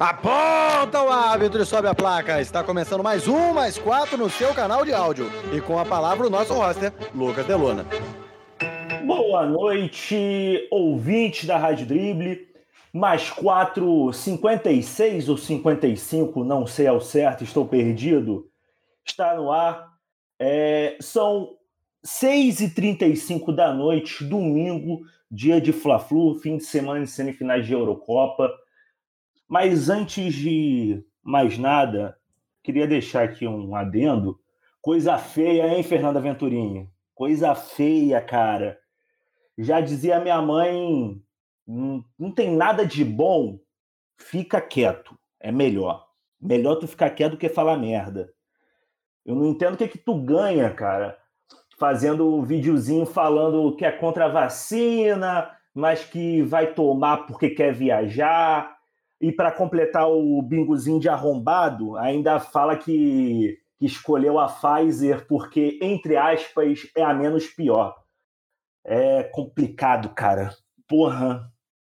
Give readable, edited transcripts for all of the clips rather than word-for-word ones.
Aponta o árbitro e sobe a placa. Está começando mais um, mais 4 no seu canal de áudio. E com a palavra o nosso roster, Lucas Delona. Boa noite, ouvintes da Rádio Drible. Mais 4, 56 ou 55, não sei ao certo, estou perdido. Está no ar. São 6h35 da noite, domingo, dia de Fla-Flu, fim de semana de semifinais de Eurocopa. Mas antes de mais nada, queria deixar aqui um adendo. Coisa feia, hein, Fernanda Venturini? Coisa feia, cara. Já dizia minha mãe, não tem nada de bom, fica quieto. É melhor. Melhor tu ficar quieto do que falar merda. Eu não entendo o que tu ganha, cara, fazendo um videozinho falando que é contra a vacina, mas que vai tomar porque quer viajar. E para completar o bingozinho de arrombado, ainda fala que escolheu a Pfizer porque, entre aspas, é a menos pior. É complicado, cara. Porra.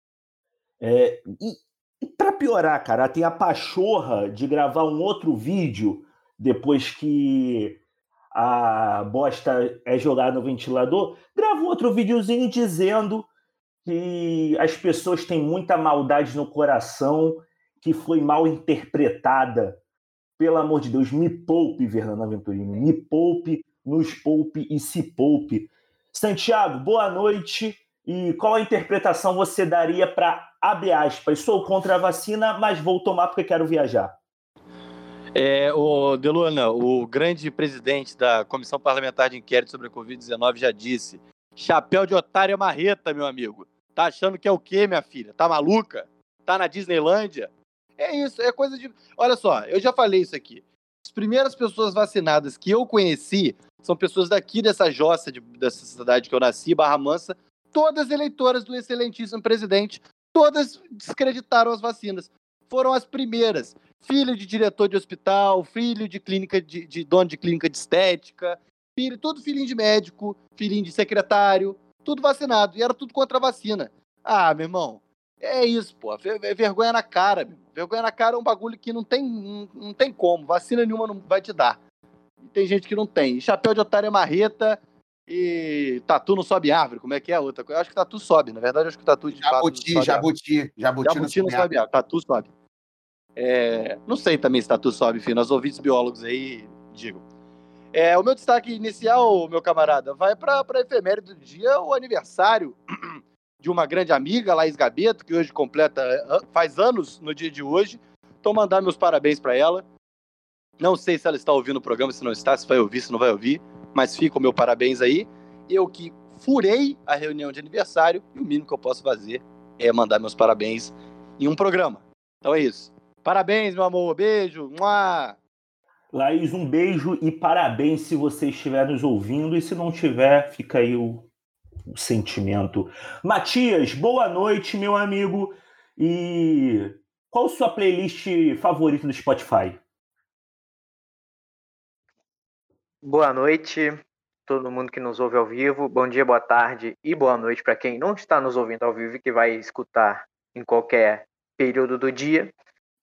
E para piorar, cara, tem a pachorra de gravar um outro vídeo depois que a bosta é jogada no ventilador. Grava um outro videozinho dizendo que as pessoas têm muita maldade no coração, que foi mal interpretada. Pelo amor de Deus, me poupe, Fernanda Venturini. Me poupe, nos poupe e se poupe. Santiago, boa noite. E qual a interpretação você daria para, abre aspas, sou contra a vacina, mas vou tomar porque quero viajar? O Delona, o grande presidente da Comissão Parlamentar de Inquérito sobre a Covid-19 já disse: chapéu de otário é marreta, meu amigo. Tá achando que é o quê, minha filha? Tá maluca? Tá na Disneylândia? É isso, é coisa de... Olha só, eu já falei isso aqui. As primeiras pessoas vacinadas que eu conheci são pessoas daqui dessa jossa, dessa cidade que eu nasci, Barra Mansa, todas eleitoras do excelentíssimo presidente, todas descreditaram as vacinas. Foram as primeiras. Filho de diretor de hospital, filho de clínica de dono de clínica de estética, tudo filhinho de médico, filhinho de secretário, tudo vacinado. E era tudo contra a vacina. Ah, meu irmão, é isso, pô. Vergonha na cara, meu irmão. Vergonha na cara é um bagulho que não tem como. Vacina nenhuma não vai te dar. E tem gente que não tem. E chapéu de otário é marreta e tatu não sobe árvore. Como é que é a outra coisa? Eu acho que tatu sobe. Na verdade, eu acho que tatu de Jabuti não sobe árvore. Tatu sobe. Não sei também se tatu sobe, enfim, nós ouvintes biólogos aí, digo. O meu destaque inicial, meu camarada, vai para a efeméride do dia, o aniversário de uma grande amiga, Laís Gabeto, que hoje faz anos no dia de hoje. Então, mandar meus parabéns para ela. Não sei se ela está ouvindo o programa, se não está, se vai ouvir, se não vai ouvir, mas fica o meu parabéns aí. Eu que furei a reunião de aniversário, e o mínimo que eu posso fazer é mandar meus parabéns em um programa. Então é isso. Parabéns, meu amor. Beijo. Mua! Laís, um beijo e parabéns se você estiver nos ouvindo. E se não tiver, fica aí o sentimento. Matias, boa noite, meu amigo. E qual sua playlist favorita do Spotify? Boa noite, todo mundo que nos ouve ao vivo. Bom dia, boa tarde e boa noite para quem não está nos ouvindo ao vivo e que vai escutar em qualquer período do dia.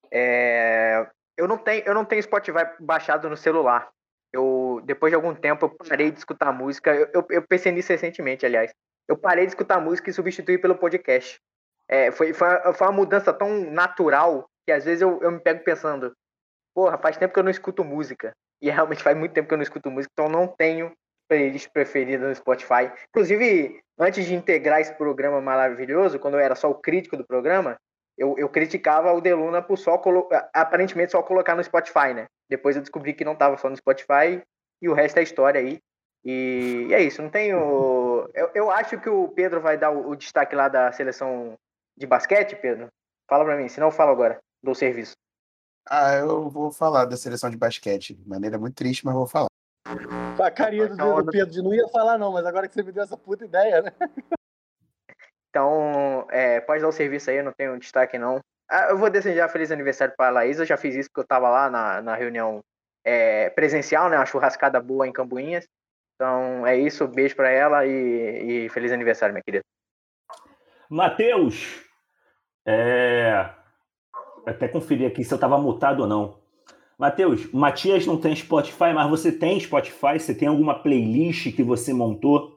Eu não tenho Spotify baixado no celular. Depois de algum tempo, eu parei de escutar música. Eu pensei nisso recentemente, aliás. Eu parei de escutar música e substituí pelo podcast. Foi uma mudança tão natural que às vezes eu me pego pensando, porra, faz tempo que eu não escuto música. E realmente faz muito tempo que eu não escuto música, então não tenho playlist preferida no Spotify. Inclusive, antes de integrar esse programa maravilhoso, quando eu era só o crítico do programa, eu criticava o Deluna por aparentemente só colocar no Spotify, né? Depois eu descobri que não estava só no Spotify e o resto é história aí. E é isso, não tenho... Eu acho que o Pedro vai dar o destaque lá da seleção de basquete, Pedro. Fala pra mim, senão eu falo agora, dou serviço. Eu vou falar da seleção de basquete. De maneira muito triste, mas vou falar. A carinha do Pedro de não ia falar não, mas agora que você me deu essa puta ideia, né? Então, pode dar o serviço aí, eu não tenho destaque não. Eu vou desejar feliz aniversário para a Laís, eu já fiz isso porque eu estava lá na reunião presencial, né, uma churrascada boa em Cambuinhas. Então, é isso, beijo para ela e feliz aniversário, minha querida. Matheus, até conferir aqui se eu estava mutado ou não. Matheus, o Matias não tem Spotify, mas você tem Spotify? Você tem alguma playlist que você montou?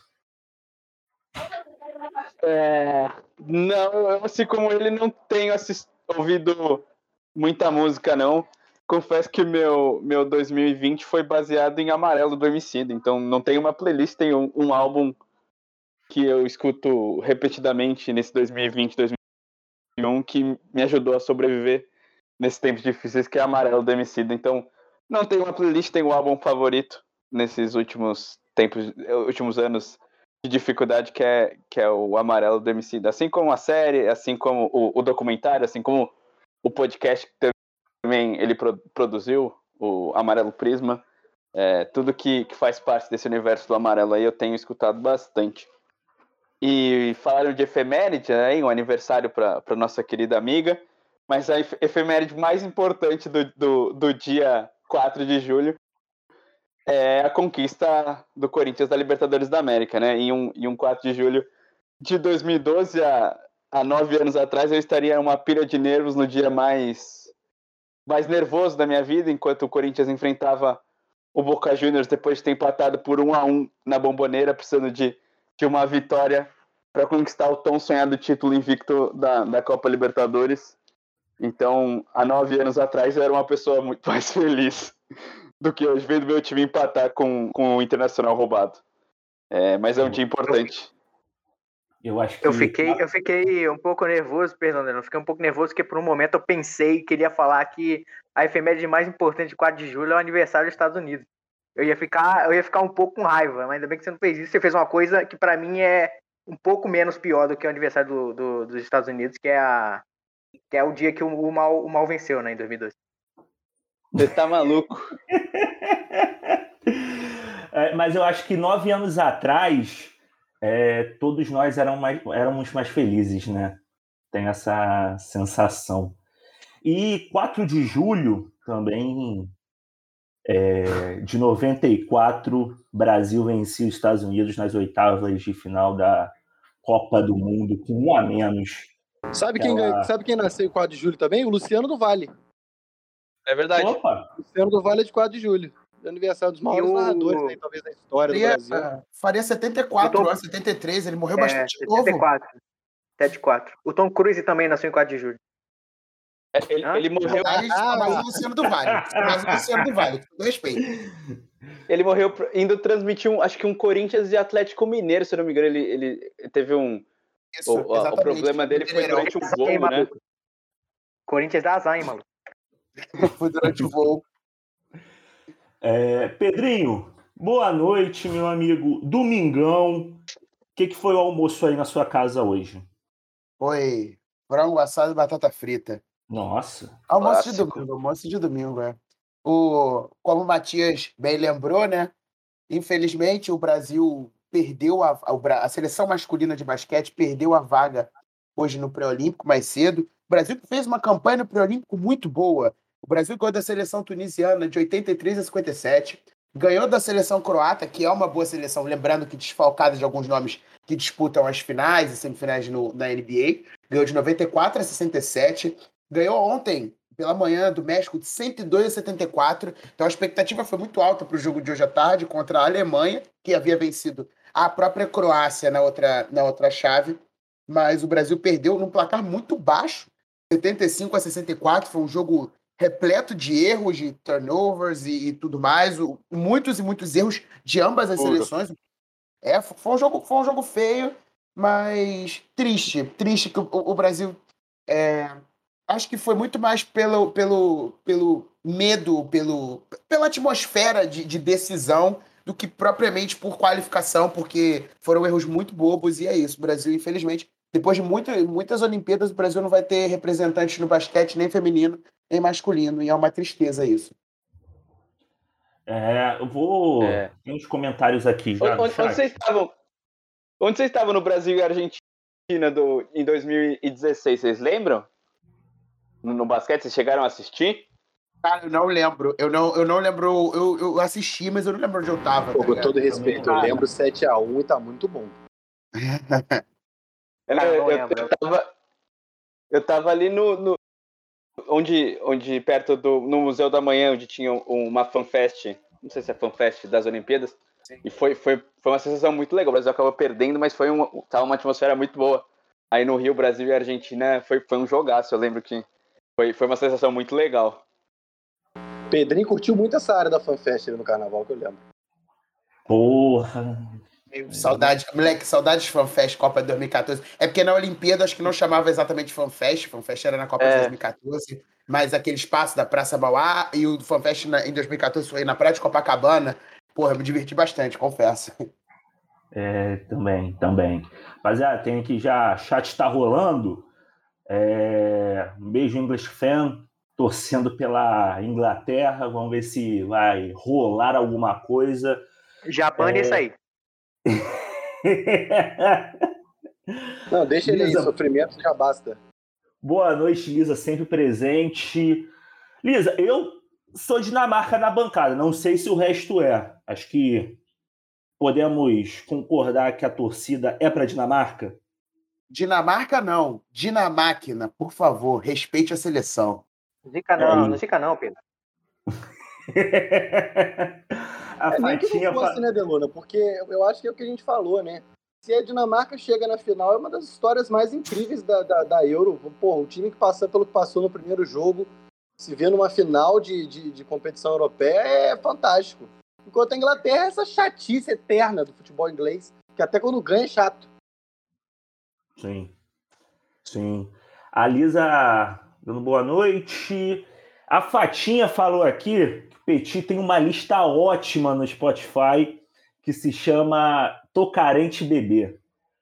Não, eu, assim como ele, não tenho ouvido muita música, não. Confesso que meu 2020 foi baseado em Amarelo do Emicida, então não tem uma playlist, tem um álbum que eu escuto repetidamente nesse 2020, 2021, que me ajudou a sobreviver nesses tempos difíceis, que é Amarelo do Emicida. Então, não tem uma playlist, tem um álbum favorito nesses últimos anos de dificuldade, que é o Amarelo do Emicida. Assim como a série, assim como o documentário, assim como o podcast que também ele produziu, o Amarelo Prisma, tudo que faz parte desse universo do Amarelo aí eu tenho escutado bastante. E falaram de efeméride, né, um aniversário para nossa querida amiga, mas a efeméride mais importante do dia 4 de julho é a conquista do Corinthians da Libertadores da América, né? Em um 4 de julho de 2012, há 9 anos atrás, eu estaria em uma pilha de nervos no dia mais nervoso da minha vida, enquanto o Corinthians enfrentava o Boca Juniors depois de ter empatado por 1-1 na Bombonera, precisando de uma vitória para conquistar o tão sonhado título invicto da Copa Libertadores. Então, há 9 anos atrás, eu era uma pessoa muito mais feliz do que hoje, vendo meu time empatar com o Internacional roubado. Mas é um dia importante. Eu acho que... Eu fiquei um pouco nervoso, perdão, eu fiquei um pouco nervoso porque por um momento eu pensei que queria falar que a efeméride mais importante de 4 de julho é o aniversário dos Estados Unidos. Eu ia ficar um pouco com raiva, mas ainda bem que você não fez isso. Você fez uma coisa que pra mim é um pouco menos pior do que o aniversário dos Estados Unidos, que é o dia que o mal venceu, né, em 2012. Você tá maluco? Mas eu acho que 9 anos atrás, todos nós éramos mais felizes, né? Tem essa sensação. E 4 de julho também, de 94, Brasil vencia os Estados Unidos nas oitavas de final da Copa do Mundo, com 1 a menos. Sabe quem nasceu em 4 de julho também? O Luciano do Vale. É verdade. Opa! Luciano do Vale é de 4 de julho. Aniversário dos maiores narradores aí, talvez, da história do Brasil. Faria 74, 73, ele morreu bastante novo. 74. O Tom Cruise também nasceu em 4 de julho. Ele morreu... Mas o Luciano do Vale. Mas o Luciano do Vale, com todo respeito. Ele morreu indo transmitir, acho que um Corinthians e Atlético Mineiro, se não me engano. Ele teve um... Isso, o problema dele foi durante um voo, né? Corinthians dá azar, hein, maluco? Foi durante o voo. Pedrinho, boa noite, meu amigo. Domingão. O que foi o almoço aí na sua casa hoje? Foi frango assado e batata frita. Nossa. Almoço de domingo, Como o Matias bem lembrou, né? Infelizmente, o Brasil perdeu a seleção masculina de basquete perdeu a vaga hoje no pré-olímpico mais cedo. O Brasil fez uma campanha no pré-olímpico muito boa. O Brasil ganhou da seleção tunisiana de 83 a 57, ganhou da seleção croata, que é uma boa seleção, lembrando que desfalcada de alguns nomes que disputam as finais e semifinais na NBA, ganhou de 94 a 67, ganhou ontem, pela manhã, do México, de 102 a 74, então a expectativa foi muito alta para o jogo de hoje à tarde contra a Alemanha, que havia vencido a própria Croácia na outra chave, mas o Brasil perdeu num placar muito baixo, 75 a 64, foi um jogo repleto de erros, de turnovers e tudo mais, muitos e muitos erros de ambas as seleções. Foi um jogo feio, mas triste que o Brasil acho que foi muito mais pelo medo, pela atmosfera de decisão do que propriamente por qualificação, porque foram erros muito bobos e é isso. O Brasil, infelizmente, depois de muitas Olimpíadas, o Brasil não vai ter representante no basquete nem feminino, nem masculino, e é uma tristeza isso. Eu vou... Tem uns comentários aqui. Onde vocês estavam no Brasil e Argentina em 2016, vocês lembram? No basquete, vocês chegaram a assistir? Cara, eu não lembro. Eu não lembro. Eu assisti, mas eu não lembro onde eu tava. Pô, com todo respeito, eu lembro 7-1 e tá muito bom. Eu tava ali no onde perto no Museu da Manhã, onde tinha uma fanfest, não sei se é fanfest das Olimpíadas, sim. E foi uma sensação muito legal. O Brasil acabou perdendo, mas tava uma atmosfera muito boa. Aí no Rio, Brasil e Argentina foi um jogaço. Eu lembro que foi uma sensação muito legal. Pedrinho curtiu muito essa área da fanfest no carnaval, que eu lembro. Porra! Saudade, moleque, saudades de FanFest Copa de 2014. É porque na Olimpíada acho que não chamava exatamente FanFest. FanFest era na Copa de 2014, mas aquele espaço da Praça Mauá e o FanFest em 2014 foi na Praia de Copacabana. Porra, eu me diverti bastante, confesso. Também. Rapaziada, tem aqui já, chat tá rolando. Um beijo, English Fan, torcendo pela Inglaterra. Vamos ver se vai rolar alguma coisa. Já bane isso aí. Não, deixa ele aí, sofrimento já basta. Boa noite, Lisa, sempre presente. Lisa, eu sou Dinamarca na bancada, não sei se o resto é. Acho que podemos concordar que a torcida é para Dinamarca? Dinamarca não, Dinamáquina, por favor, respeite a seleção. Não fica não, Pedro. Nem que não fosse, né, Deluna? Porque eu acho que é o que a gente falou, né? Se a Dinamarca chega na final, é uma das histórias mais incríveis da Euro. Pô, o time que passou pelo que passou no primeiro jogo, se vê numa final de competição europeia, é fantástico. Enquanto a Inglaterra é essa chatice eterna do futebol inglês, que até quando ganha é chato. Sim. A Lisa dando boa noite. A Fatinha falou aqui que o Petit tem uma lista ótima no Spotify que se chama Tô Carente Bebê.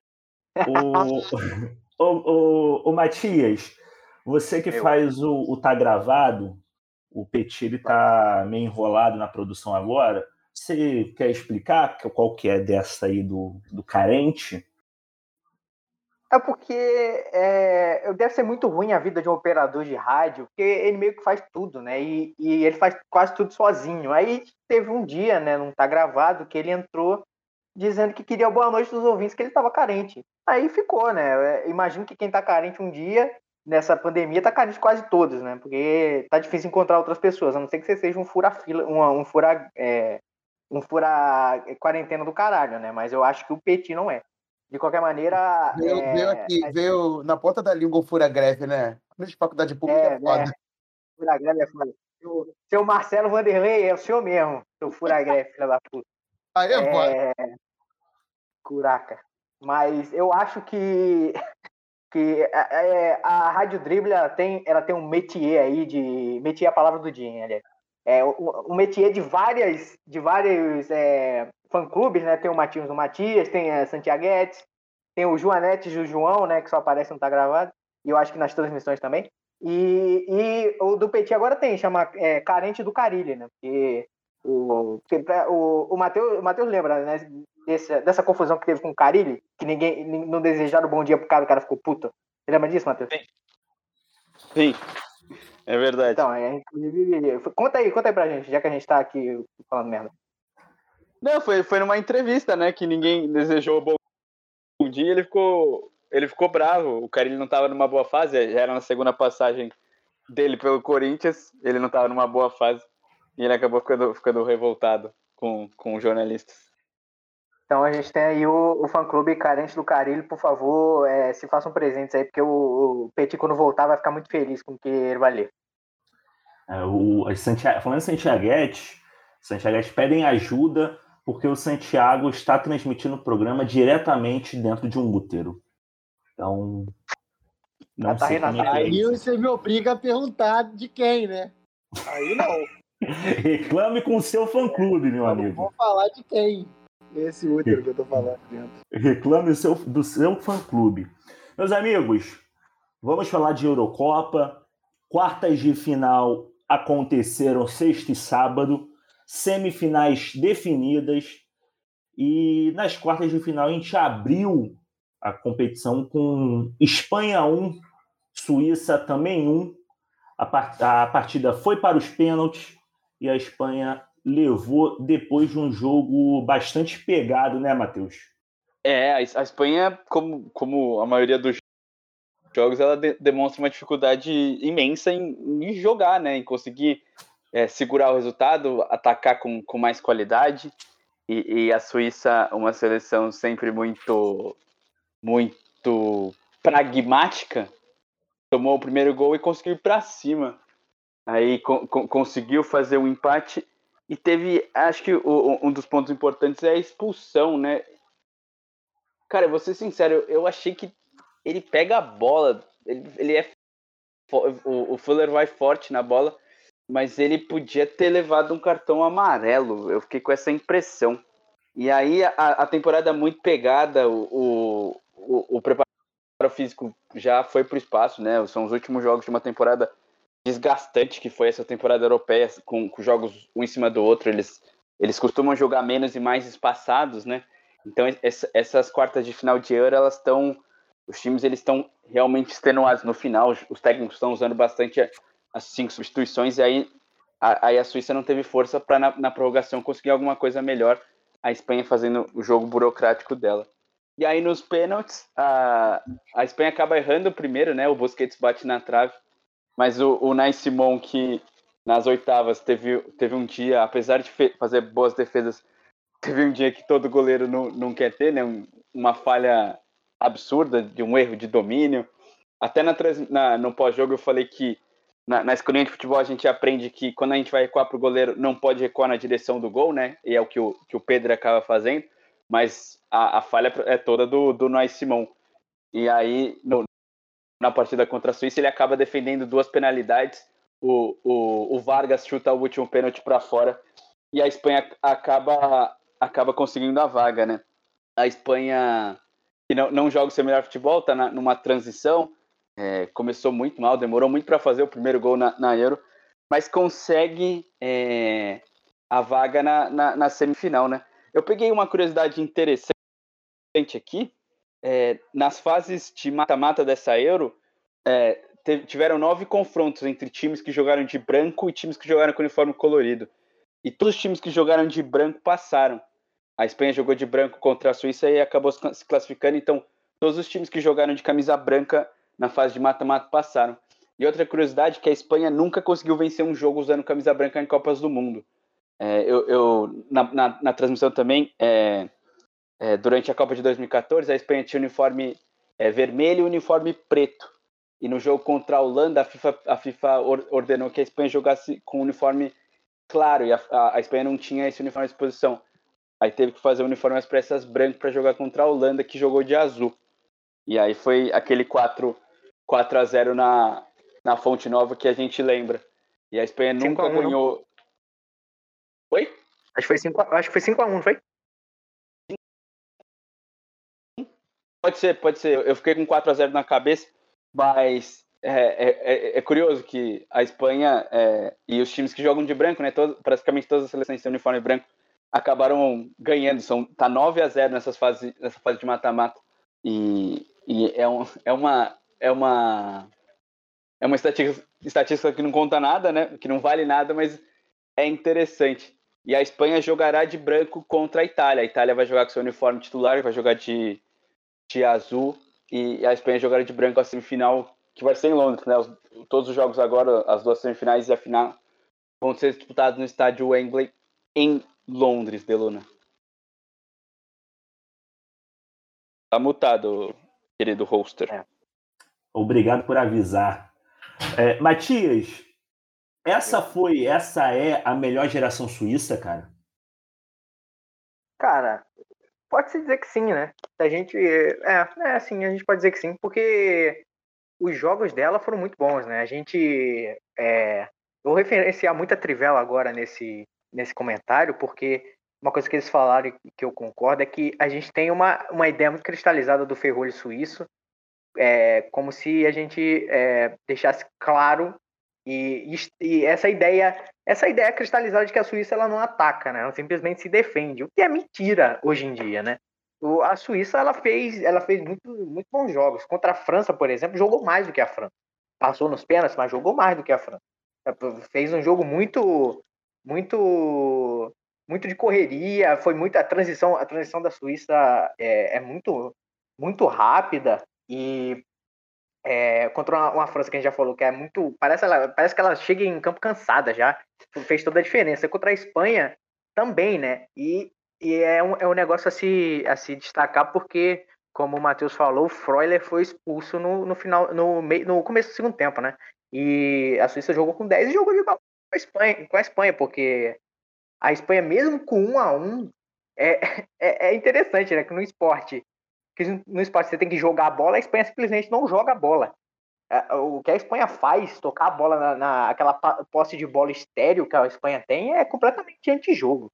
O Matias, você que faz o Tá Gravado, o Petit ele tá meio enrolado na produção agora. Você quer explicar qual que é dessa aí do carente? É porque deve ser muito ruim a vida de um operador de rádio, porque ele meio que faz tudo, né? E ele faz quase tudo sozinho. Aí teve um dia, né, não tá gravado, que ele entrou dizendo que queria boa noite dos ouvintes, que ele estava carente. Aí ficou, né? Imagino que quem tá carente um dia, nessa pandemia, tá carente quase todos, né? Porque tá difícil encontrar outras pessoas, a não ser que você seja um fura-fila, um fura quarentena do caralho, né? Mas eu acho que o Petit não é. De qualquer maneira... Veio na ponta da língua o fura-greve, né? Na faculdade pública é foda. Fura-greve é foda. Seu Marcelo Vanderlei é o senhor mesmo, seu fura-greve, filha da puta. Aí é foda. Curaca. Mas eu acho que a Rádio Drible ela tem um métier aí de... Métier é a palavra do dia, hein, aliás. Um métier de vários fã-clubes, né? Tem o Matinhos do Matias, tem a Santiaguetes, tem o Joanetes do João, né? Que só aparece e não tá gravado. E eu acho que nas transmissões também. E o do Petit agora chama Carente do Carilli, né? Porque o Matheus lembra, né? Dessa confusão que teve com o Carilli, que ninguém não desejaram bom dia pro cara, o cara ficou puto. Você lembra disso, Matheus? Sim. É verdade. Então, inclusive, conta aí pra gente, já que a gente tá aqui falando merda. Não, foi numa entrevista, né, que ninguém desejou bom dia, ele ficou bravo. O Carilli não tava numa boa fase, já era na segunda passagem dele pelo Corinthians, ele não tava numa boa fase, e ele acabou ficando revoltado com os jornalistas. Então a gente tem aí o fã-clube Carente do Carilli, por favor, se façam presentes aí, porque o Petit, quando voltar, vai ficar muito feliz com o que ele vai ler. Falando em Santiaguete pedem ajuda porque o Santiago está transmitindo o programa diretamente dentro de um útero. Então, não sei como é que é isso. Aí você me obriga a perguntar de quem, né? Aí não. Reclame com o seu fã-clube, meu amigo. Vou falar de quem. Esse útero que eu tô falando dentro. Reclame do seu fã-clube. Meus amigos, vamos falar de Eurocopa. Quartas de final aconteceram sexta e sábado. Semifinais definidas. E nas quartas de final a gente abriu a competição com Espanha 1, Suíça também 1. A partida foi para os pênaltis e a Espanha levou depois de um jogo bastante pegado, né, Matheus? A Espanha, como a maioria dos jogos ela demonstra uma dificuldade imensa em jogar, né? Em conseguir segurar o resultado, atacar com mais qualidade. E a Suíça, uma seleção sempre muito pragmática, tomou o primeiro gol e conseguiu ir para cima. Aí conseguiu fazer um empate e teve, acho que um dos pontos importantes é a expulsão, né? Cara, eu vou ser sincero, eu achei que ele pega a bola, o Fuller vai forte na bola, mas ele podia ter levado um cartão amarelo. Eu fiquei com essa impressão. E aí a temporada é muito pegada, o preparo físico já foi para o espaço, né? São os últimos jogos de uma temporada desgastante que foi essa temporada europeia, com jogos um em cima do outro. Eles costumam jogar menos e mais espaçados, né? Então essas quartas de final de Euro, os times eles estão realmente extenuados no final. Os técnicos estão usando bastante as 5 substituições e aí a Suíça não teve força para na prorrogação conseguir alguma coisa melhor. A Espanha fazendo o jogo burocrático dela. E aí nos pênaltis a Espanha acaba errando o primeiro, né? O Busquets bate na trave, mas o Unai Simón, que nas oitavas teve um dia, apesar de fazer boas defesas, teve um dia que todo goleiro não quer ter, né? Uma falha absurda, de um erro de domínio. Até no pós-jogo eu falei que na escolinha de futebol a gente aprende que quando a gente vai recuar pro goleiro, não pode recuar na direção do gol, né? E é o que o Pedro acaba fazendo, mas a falha é toda do Unai Simón. E aí, na partida contra a Suíça, ele acaba defendendo 2 penalidades. O Vargas chuta o último pênalti para fora e a Espanha acaba conseguindo a vaga, né? A Espanha, que não joga o seu melhor futebol, está numa transição, começou muito mal, demorou muito para fazer o primeiro gol na Euro, mas consegue a vaga na semifinal, né? Eu peguei uma curiosidade interessante aqui. Nas fases de mata-mata dessa Euro, tiveram 9 confrontos entre times que jogaram de branco e times que jogaram com uniforme colorido. E todos os times que jogaram de branco passaram. A Espanha jogou de branco contra a Suíça e acabou se classificando. Então, todos os times que jogaram de camisa branca na fase de mata-mata passaram. E outra curiosidade é que a Espanha nunca conseguiu vencer um jogo usando camisa branca em Copas do Mundo. Na transmissão também, durante a Copa de 2014, a Espanha tinha uniforme vermelho e uniforme preto. E no jogo contra a Holanda, a FIFA ordenou que a Espanha jogasse com uniforme claro, e a Espanha não tinha esse uniforme à disposição. Aí teve que fazer o uniforme às pressas branco para jogar contra a Holanda, que jogou de azul. E aí foi aquele 4-0 na Fonte Nova que a gente lembra. E a Espanha nunca ganhou. Não? Oi? Acho que foi 5-1, não foi? Pode ser. Eu fiquei com 4-0 na cabeça, mas é curioso que a Espanha e os times que jogam de branco, né, praticamente todas as seleções têm uniforme branco, acabaram ganhando. Tá 9-0 nessa fase de mata-mata. E é uma estatística que não conta nada, né, que não vale nada, mas é interessante. E a Espanha jogará de branco contra a Itália. A Itália vai jogar com seu uniforme titular, vai jogar de azul, e a Espanha jogará de branco a semifinal, que vai ser em Londres, né? Todos os jogos agora, as 2 semifinais e a final, vão ser disputados no estádio Wembley, em Londres, Deluna. Tá mutado, querido hoster. Obrigado por avisar. Matias, essa é a melhor geração suíça, cara? Cara, pode-se dizer que sim, né? A gente. Sim, a gente pode dizer que sim, porque os jogos dela foram muito bons, né? A gente. Eu vou referenciar muito a Trivela agora nesse comentário, porque uma coisa que eles falaram e que eu concordo é que a gente tem uma ideia muito cristalizada do ferrolho suíço, como se a gente deixasse claro e essa ideia cristalizada de que a Suíça ela não ataca, né? Ela simplesmente se defende, o que é mentira hoje em dia, né? A Suíça ela fez muito bons jogos. Contra a França, por exemplo, jogou mais do que a França. Passou nos pênaltis, mas jogou mais do que a França. Fez um jogo muito de correria. Foi muito a transição da Suíça é muito rápida e contra uma França que a gente já falou que é muito. Parece que ela chega em campo cansada já. Fez toda a diferença. Contra a Espanha também, né? E é um negócio a se destacar porque, como o Matheus falou, o Freuler foi expulso no final, no começo do segundo tempo, né? E a Suíça jogou com 10 e jogou de igual com a Espanha, porque a Espanha, mesmo com 1-1, é interessante, né? Que no esporte você tem que jogar a bola, a Espanha simplesmente não joga a bola. O que a Espanha faz, tocar a bola naquela posse de bola estéreo que a Espanha tem, é completamente antijogo.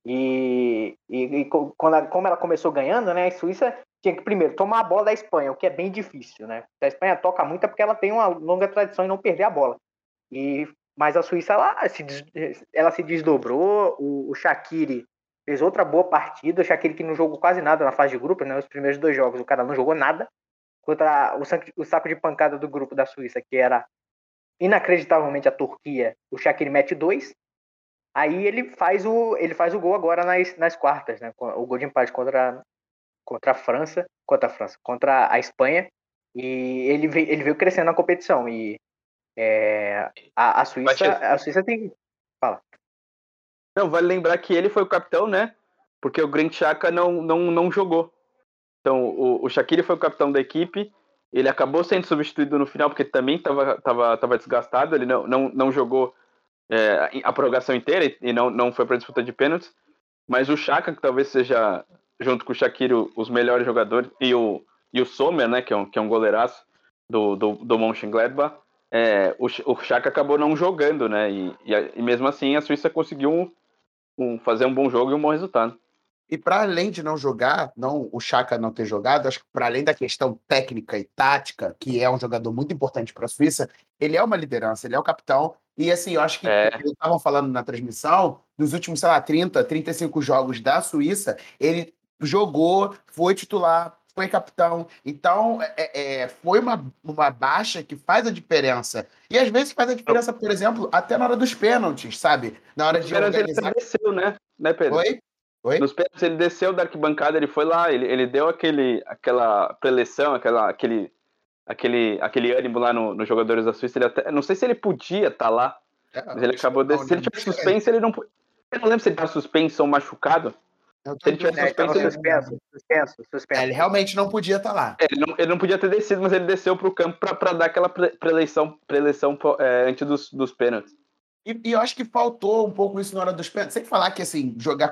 Como ela começou ganhando, né, a Suíça tinha que primeiro tomar a bola da Espanha, o que é bem difícil, né? Se a Espanha toca muito é porque ela tem uma longa tradição em não perder a bola. Mas a Suíça ela se desdobrou, o Shaqiri fez outra boa partida, o Shaqiri que não jogou quase nada na fase de grupos, né? Os primeiros 2 jogos o cara não jogou nada, contra o saco de pancada do grupo da Suíça, que era inacreditavelmente a Turquia, o Shaqiri mete 2. Aí ele faz o gol agora nas quartas, né? O gol de empate contra a Espanha. E ele veio crescendo na competição. E a Suíça tem. Fala. Não, vale lembrar que ele foi o capitão, né? Porque o Granit Xhaka não jogou. Então, o Shaqiri foi o capitão da equipe. Ele acabou sendo substituído no final porque também estava desgastado. Ele não jogou a prorrogação inteira e não foi para a disputa de pênaltis. Mas o Xhaka, que talvez seja, junto com o Shaqiri, os melhores jogadores, e o Sommer, né, que é um goleiraço do Mönchengladbach, o Xhaka acabou não jogando, né? E mesmo assim a Suíça conseguiu fazer um bom jogo e um bom resultado. E para além de não jogar, o Xhaka não ter jogado, acho que para além da questão técnica e tática, que é um jogador muito importante para a Suíça, ele é uma liderança, ele é o capitão. E assim, eu acho que eles estavam falando na transmissão, dos últimos, 30, 35 jogos da Suíça, ele jogou, foi titular, foi capitão. Então, foi uma baixa que faz a diferença. E às vezes faz a diferença, por exemplo, até na hora dos pênaltis, sabe? Na hora de organizar. Ele desceu, né, Pedro? Oi? Nos pênaltis ele desceu da arquibancada, ele foi lá, ele deu aquela preleção, aquele ânimo lá nos jogadores da Suíça. Ele até, não sei se ele podia estar lá, mas ele acabou descendo. Se ele tivesse suspenso, ele não. Eu não lembro se ele estava suspenso ou machucado. Se ele tivesse suspenso. Ele realmente não podia estar lá. Ele não podia ter descido, mas ele desceu para o campo para dar aquela preleção antes dos pênaltis. E eu acho que faltou um pouco isso na hora dos pênaltis. Sem falar que, assim, jogar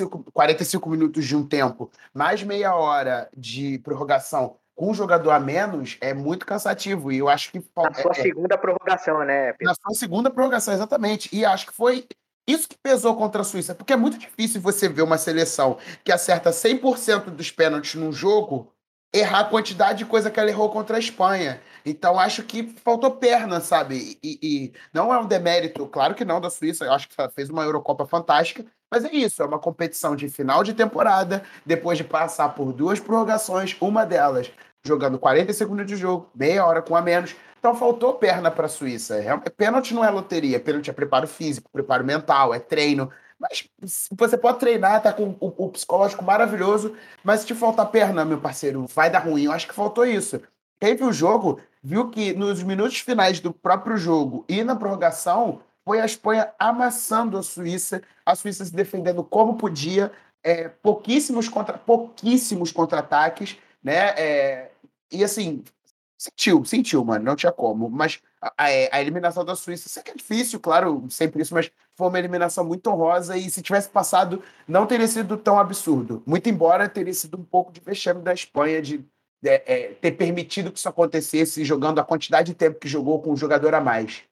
45 minutos de um tempo, mais meia hora de prorrogação com um jogador a menos é muito cansativo. E eu acho que falta. Na sua segunda prorrogação, né, Pedro? Na sua segunda prorrogação, exatamente. E acho que foi isso que pesou contra a Suíça. Porque é muito difícil você ver uma seleção que acerta 100% dos pênaltis num jogo errar a quantidade de coisa que ela errou contra a Espanha. Então, acho que faltou perna, sabe? E não é um demérito, claro que não, da Suíça. Eu acho que ela fez uma Eurocopa fantástica. Mas é isso, é uma competição de final de temporada, depois de passar por 2 prorrogações, uma delas jogando 45 minutos de jogo, meia hora com a menos. Então, faltou perna para a Suíça. Pênalti não é loteria, pênalti é preparo físico, preparo mental, é treino. Mas você pode treinar, tá com o psicológico maravilhoso, mas se te faltar perna, meu parceiro, vai dar ruim. Eu acho que faltou isso. Quem viu o jogo, viu que nos minutos finais do próprio jogo e na prorrogação, foi a Espanha amassando a Suíça se defendendo como podia, pouquíssimos contra-ataques, né? E assim, sentiu, mano, não tinha como. Mas a eliminação da Suíça, sei que é difícil, claro, sempre isso, mas foi uma eliminação muito honrosa e se tivesse passado, não teria sido tão absurdo. Muito embora teria sido um pouco de vexame da Espanha de ter permitido que isso acontecesse, jogando a quantidade de tempo que jogou com um jogador a mais.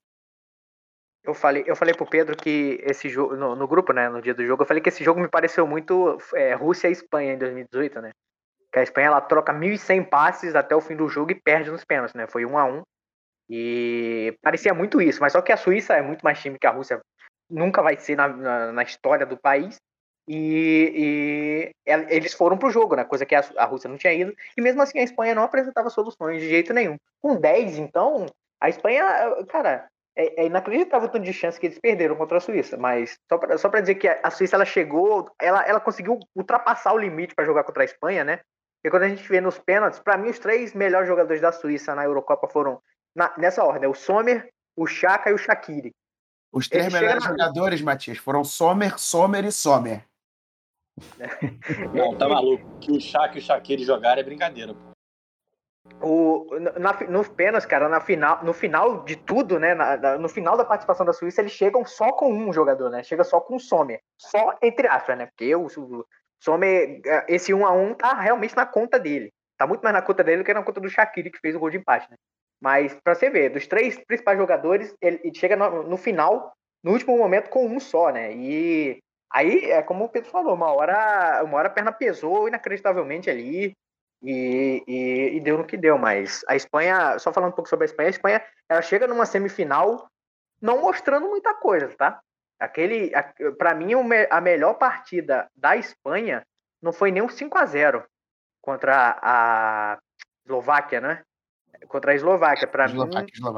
Eu falei pro Pedro que esse jogo, no grupo, né, no dia do jogo, eu falei que esse jogo me pareceu muito Rússia e Espanha em 2018, né? Que a Espanha ela troca 1.100 passes até o fim do jogo e perde nos pênaltis, né? Foi 1-1. E parecia muito isso, mas só que a Suíça é muito mais time que a Rússia, nunca vai ser na história do país. E eles foram pro jogo, né? Coisa que a Rússia não tinha ido. E mesmo assim a Espanha não apresentava soluções de jeito nenhum. Com 10, então, a Espanha, cara, é inacreditável o tanto de chance que eles perderam contra a Suíça. Mas só para dizer que a Suíça ela chegou, ela conseguiu ultrapassar o limite para jogar contra a Espanha, né? Porque quando a gente vê nos pênaltis, para mim os 3 melhores jogadores da Suíça na Eurocopa foram nessa ordem, o Sommer, o Xhaka e o Shaqiri. Os 3 melhores jogadores, Matias, foram Sommer e Sommer. Não, tá maluco. Que o Shaq e o Shaqiri jogaram é brincadeira, pô. Nos pênaltis, cara, no final de tudo, né? No final da participação da Suíça, eles chegam só com um jogador, né? Chega só com o Sommer. Só entre aspas, né? Porque o Sommer, esse 1-1 tá realmente na conta dele. Tá muito mais na conta dele do que na conta do Shaqiri, que fez o gol de empate, né? Mas, pra você ver, dos 3 principais jogadores, ele chega no final, no último momento, com um só, né? E aí, é como o Pedro falou, uma hora a perna pesou inacreditavelmente ali. E deu no que deu, mas a Espanha, só falando um pouco sobre a Espanha ela chega numa semifinal não mostrando muita coisa, tá? Para mim, a melhor partida da Espanha não foi nem um 5-0 contra a Eslováquia, né? Contra a Eslováquia, para mim.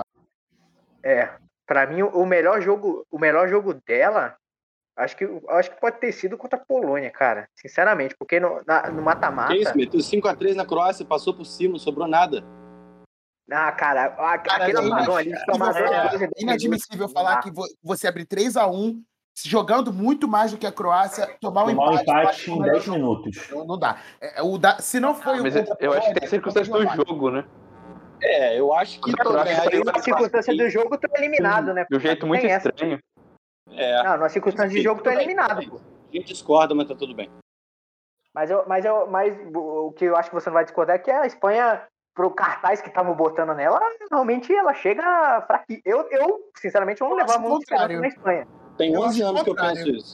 Para mim o melhor jogo dela, acho que pode ter sido contra a Polônia, cara. Sinceramente, porque no mata-mata... Que isso, meteu 5-3 na Croácia, passou por cima, não sobrou nada. Ah, cara, aquele apagão ali... É inadmissível falar que você abrir 3-1, jogando muito mais do que a Croácia, tomar um empate em 10 minutos. Não dá. Se não foi mas eu acho que tem circunstância do jogo, né? Eu acho que... Na circunstância do jogo, tu é eliminado, né? De um jeito muito estranho. Não, na circunstância de jogo, tu é eliminado, pô. A gente discorda, mas tá tudo bem. Mas o que eu acho que você não vai discordar é que a Espanha, pro cartaz que estavam botando nela, realmente ela chega fraquinha. Eu sinceramente, vamos levar muito esperança na Espanha. Tem 11 anos que eu penso isso.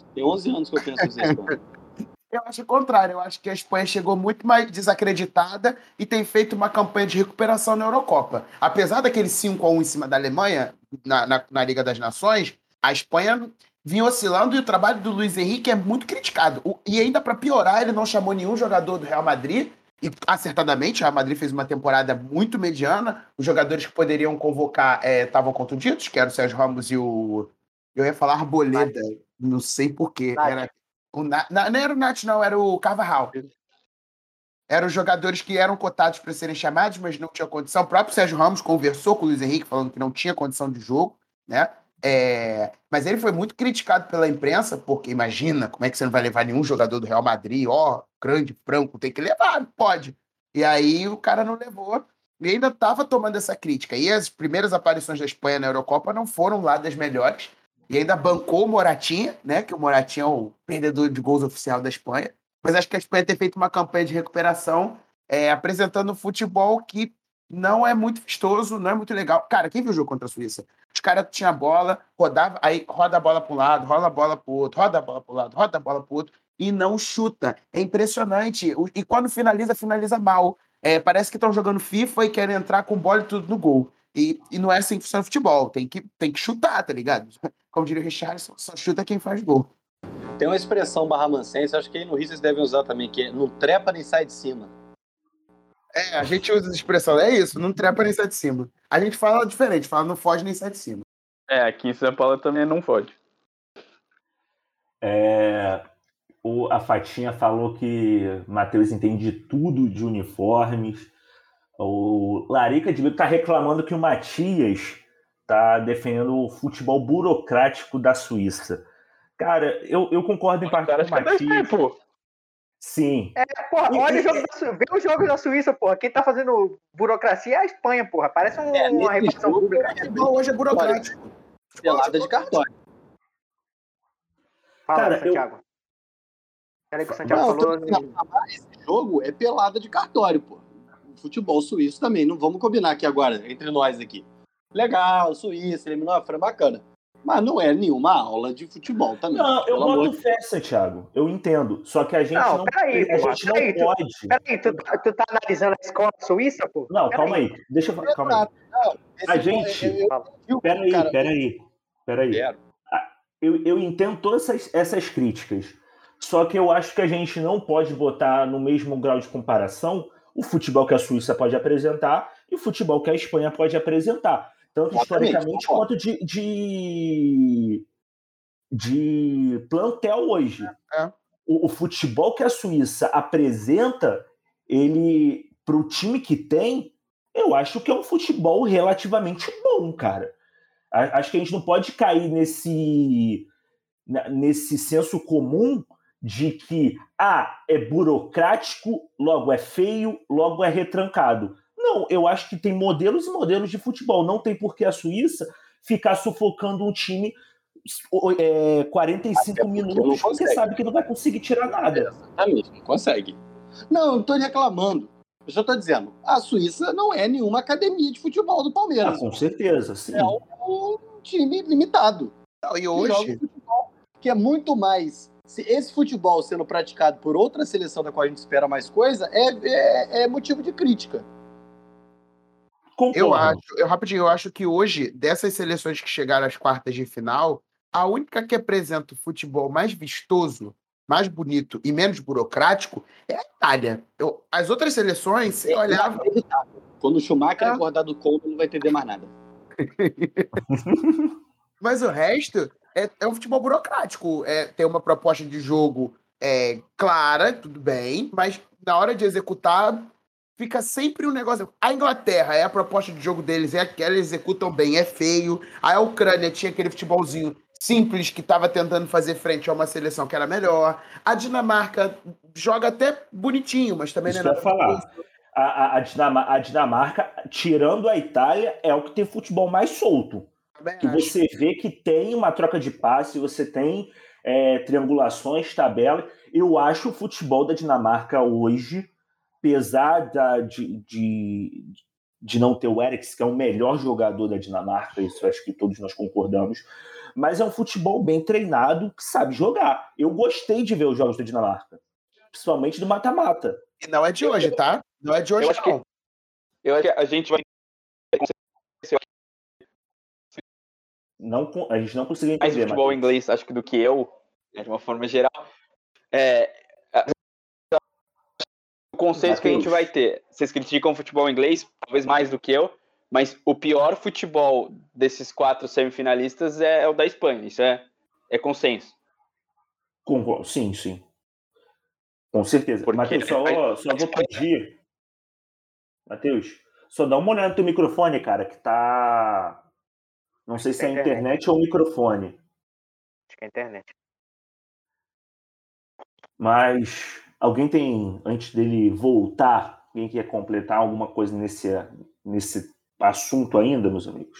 Eu acho o contrário. Eu acho que a Espanha chegou muito mais desacreditada e tem feito uma campanha de recuperação na Eurocopa. Apesar daquele 5-1 em cima da Alemanha, na Liga das Nações, a Espanha vinha oscilando e o trabalho do Luiz Henrique é muito criticado. E ainda para piorar, ele não chamou nenhum jogador do Real Madrid. E acertadamente, o Real Madrid fez uma temporada muito mediana. Os jogadores que poderiam convocar estavam contundidos, que eram o Sérgio Ramos e o... Eu ia falar Arboleda, não sei porquê. Não era o Nath, não, era o Carvajal. Eram os jogadores que eram cotados para serem chamados, mas não tinham condição. O próprio Sérgio Ramos conversou com o Luiz Henrique, falando que não tinha condição de jogo, né? Mas ele foi muito criticado pela imprensa, porque imagina, como é que você não vai levar nenhum jogador do Real Madrid? Grande, franco, tem que levar, não pode. E aí o cara não levou, e ainda estava tomando essa crítica. E as primeiras aparições da Espanha na Eurocopa não foram lá das melhores, e ainda bancou o Moratinha, né? Que o Moratinha é o perdedor de gols oficial da Espanha. Mas acho que a Espanha tem feito uma campanha de recuperação, apresentando um futebol que não é muito vistoso, não é muito legal. Cara, quem viu o jogo contra a Suíça? Os caras tinham a bola, rodava, aí roda a bola para um lado, roda a bola para o outro, roda a bola para o lado, roda a bola para o outro, e não chuta. É impressionante. E quando finaliza mal. Parece que estão jogando FIFA e querem entrar com bola e tudo no gol. E não é assim que funciona o futebol. Tem que chutar, tá ligado? Como diria o Richarlison, só chuta quem faz gol. Tem uma expressão barramancense, acho que aí no Rio vocês devem usar também, que é não trepa nem sai de cima. A gente usa essa expressão, é isso, não trepa nem sai de cima. A gente fala diferente, fala não foge nem sai de cima. Aqui em São Paulo também não foge. A Fatinha falou que Matheus entende tudo de uniformes. O Larica de Brito tá reclamando que o Matias tá defendendo o futebol burocrático da Suíça. Cara, eu concordo em parte com o Matias. Sim. Olha vê o jogo da Suíça, porra. Quem tá fazendo burocracia é a Espanha, porra. Parece uma repartição pública. Hoje é burocrático. Pelada de cartório. Fala, cara, Santiago. Peraí que o Santiago falou. Esse jogo é pelada de cartório, pô. O futebol suíço também. Não vamos combinar aqui agora, entre nós aqui. Legal, Suíça, eliminou a França, bacana. Mas não é nenhuma aula de futebol também. Não, eu boto fé, Santiago. Eu entendo. Só que a gente não pode. Tu tá analisando a escola suíça, pô? Não, calma aí. Deixa eu falar. Calma aí. A gente. Peraí. Eu entendo todas essas críticas. Só que eu acho que a gente não pode botar no mesmo grau de comparação o futebol que a Suíça pode apresentar e o futebol que a Espanha pode apresentar. Tanto historicamente quanto de plantel hoje. O futebol que a Suíça apresenta, ele, pro time que tem, eu acho que é um futebol relativamente bom, cara. Acho que a gente não pode cair nesse senso comum de que é burocrático, logo é feio, logo é retrancado. Não, eu acho que tem modelos e modelos de futebol. Não tem por que a Suíça ficar sufocando um time 45 minutos porque sabe que não vai conseguir tirar nada. Exatamente, não consegue. Não, não estou reclamando. Eu só estou dizendo, a Suíça não é nenhuma academia de futebol do Palmeiras. Com certeza, sim. É um time limitado. E hoje... Futebol, que é muito mais... Esse futebol sendo praticado por outra seleção da qual a gente espera mais coisa é motivo de crítica. Concordo. Eu acho que hoje, dessas seleções que chegaram às quartas de final, a única que apresenta o futebol mais vistoso, mais bonito e menos burocrático é a Itália. As outras seleções, você olhava... Quando o Schumacher acordar do coma, não vai entender mais nada. Mas o resto é um futebol burocrático. Tem uma proposta de jogo clara, tudo bem, mas na hora de executar, fica sempre um negócio... A Inglaterra, a proposta de jogo deles que eles executam bem, é feio. A Ucrânia tinha aquele futebolzinho simples que estava tentando fazer frente a uma seleção que era melhor. A Dinamarca joga até bonitinho, mas também Isso não é nada. Falar. A Dinamarca, tirando a Itália, é o que tem futebol mais solto. Que você vê que tem uma troca de passe, você tem triangulações, tabela. Eu acho o futebol da Dinamarca hoje, apesar de não ter o Eriksen, que é o melhor jogador da Dinamarca, isso acho que todos nós concordamos, mas é um futebol bem treinado, que sabe jogar. Eu gostei de ver os jogos da Dinamarca, principalmente do mata-mata. E não é de hoje, tá? Não é de hoje, Eu acho que a gente vai... A gente não conseguiu entender. Mais futebol inglês, acho que do que eu, de uma forma geral. O conceito que a gente vai ter, vocês criticam o futebol inglês, talvez mais do que eu, mas o pior futebol desses 4 semifinalistas é o da Espanha, isso é consenso. Sim, sim. Com certeza. Matheus, só vou pedir... Matheus, só dá uma olhada no teu microfone, cara, que tá... Não sei se é a internet ou o microfone. Acho que é a internet. Mas alguém tem, antes dele voltar, alguém quer completar alguma coisa nesse assunto ainda, meus amigos?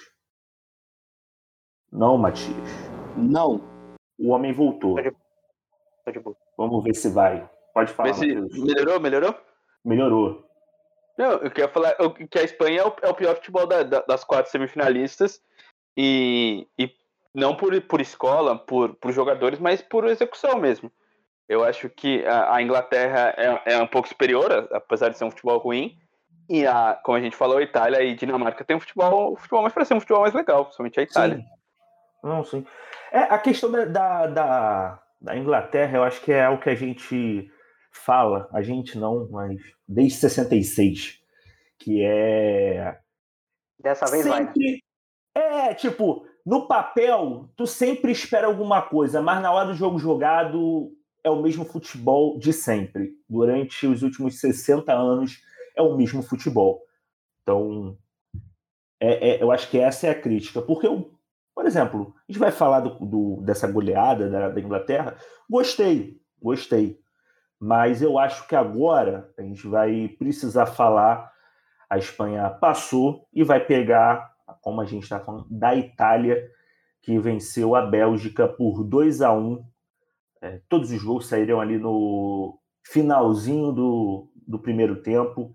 Não, Matias? Não. O homem voltou. Tô de boa. Vamos ver se vai. Pode falar, Matheus. Melhorou? Não, eu queria falar que a Espanha é o pior futebol das 4 semifinalistas e não por escola, por jogadores, mas por execução mesmo. Eu acho que a Inglaterra é um pouco superior, apesar de ser um futebol ruim, e como a gente falou, a Itália e Dinamarca tem um futebol mais para ser um futebol mais legal, principalmente a Itália. Sim. Não, sim. A questão da Inglaterra, eu acho que é o que a gente fala, a gente não, mas desde 66, que é... Dessa vez sempre... vai, né? Tipo, no papel, tu sempre espera alguma coisa, mas na hora do jogo jogado é o mesmo futebol de sempre. Durante os últimos 60 anos é o mesmo futebol. Então, eu acho que essa é a crítica. Porque, por exemplo, a gente vai falar dessa goleada da Inglaterra. Gostei. Mas eu acho que agora a gente vai precisar falar. A Espanha passou e vai pegar, como a gente está falando, da Itália, que venceu a Bélgica por 2-1. Todos os gols saíram ali no finalzinho do primeiro tempo.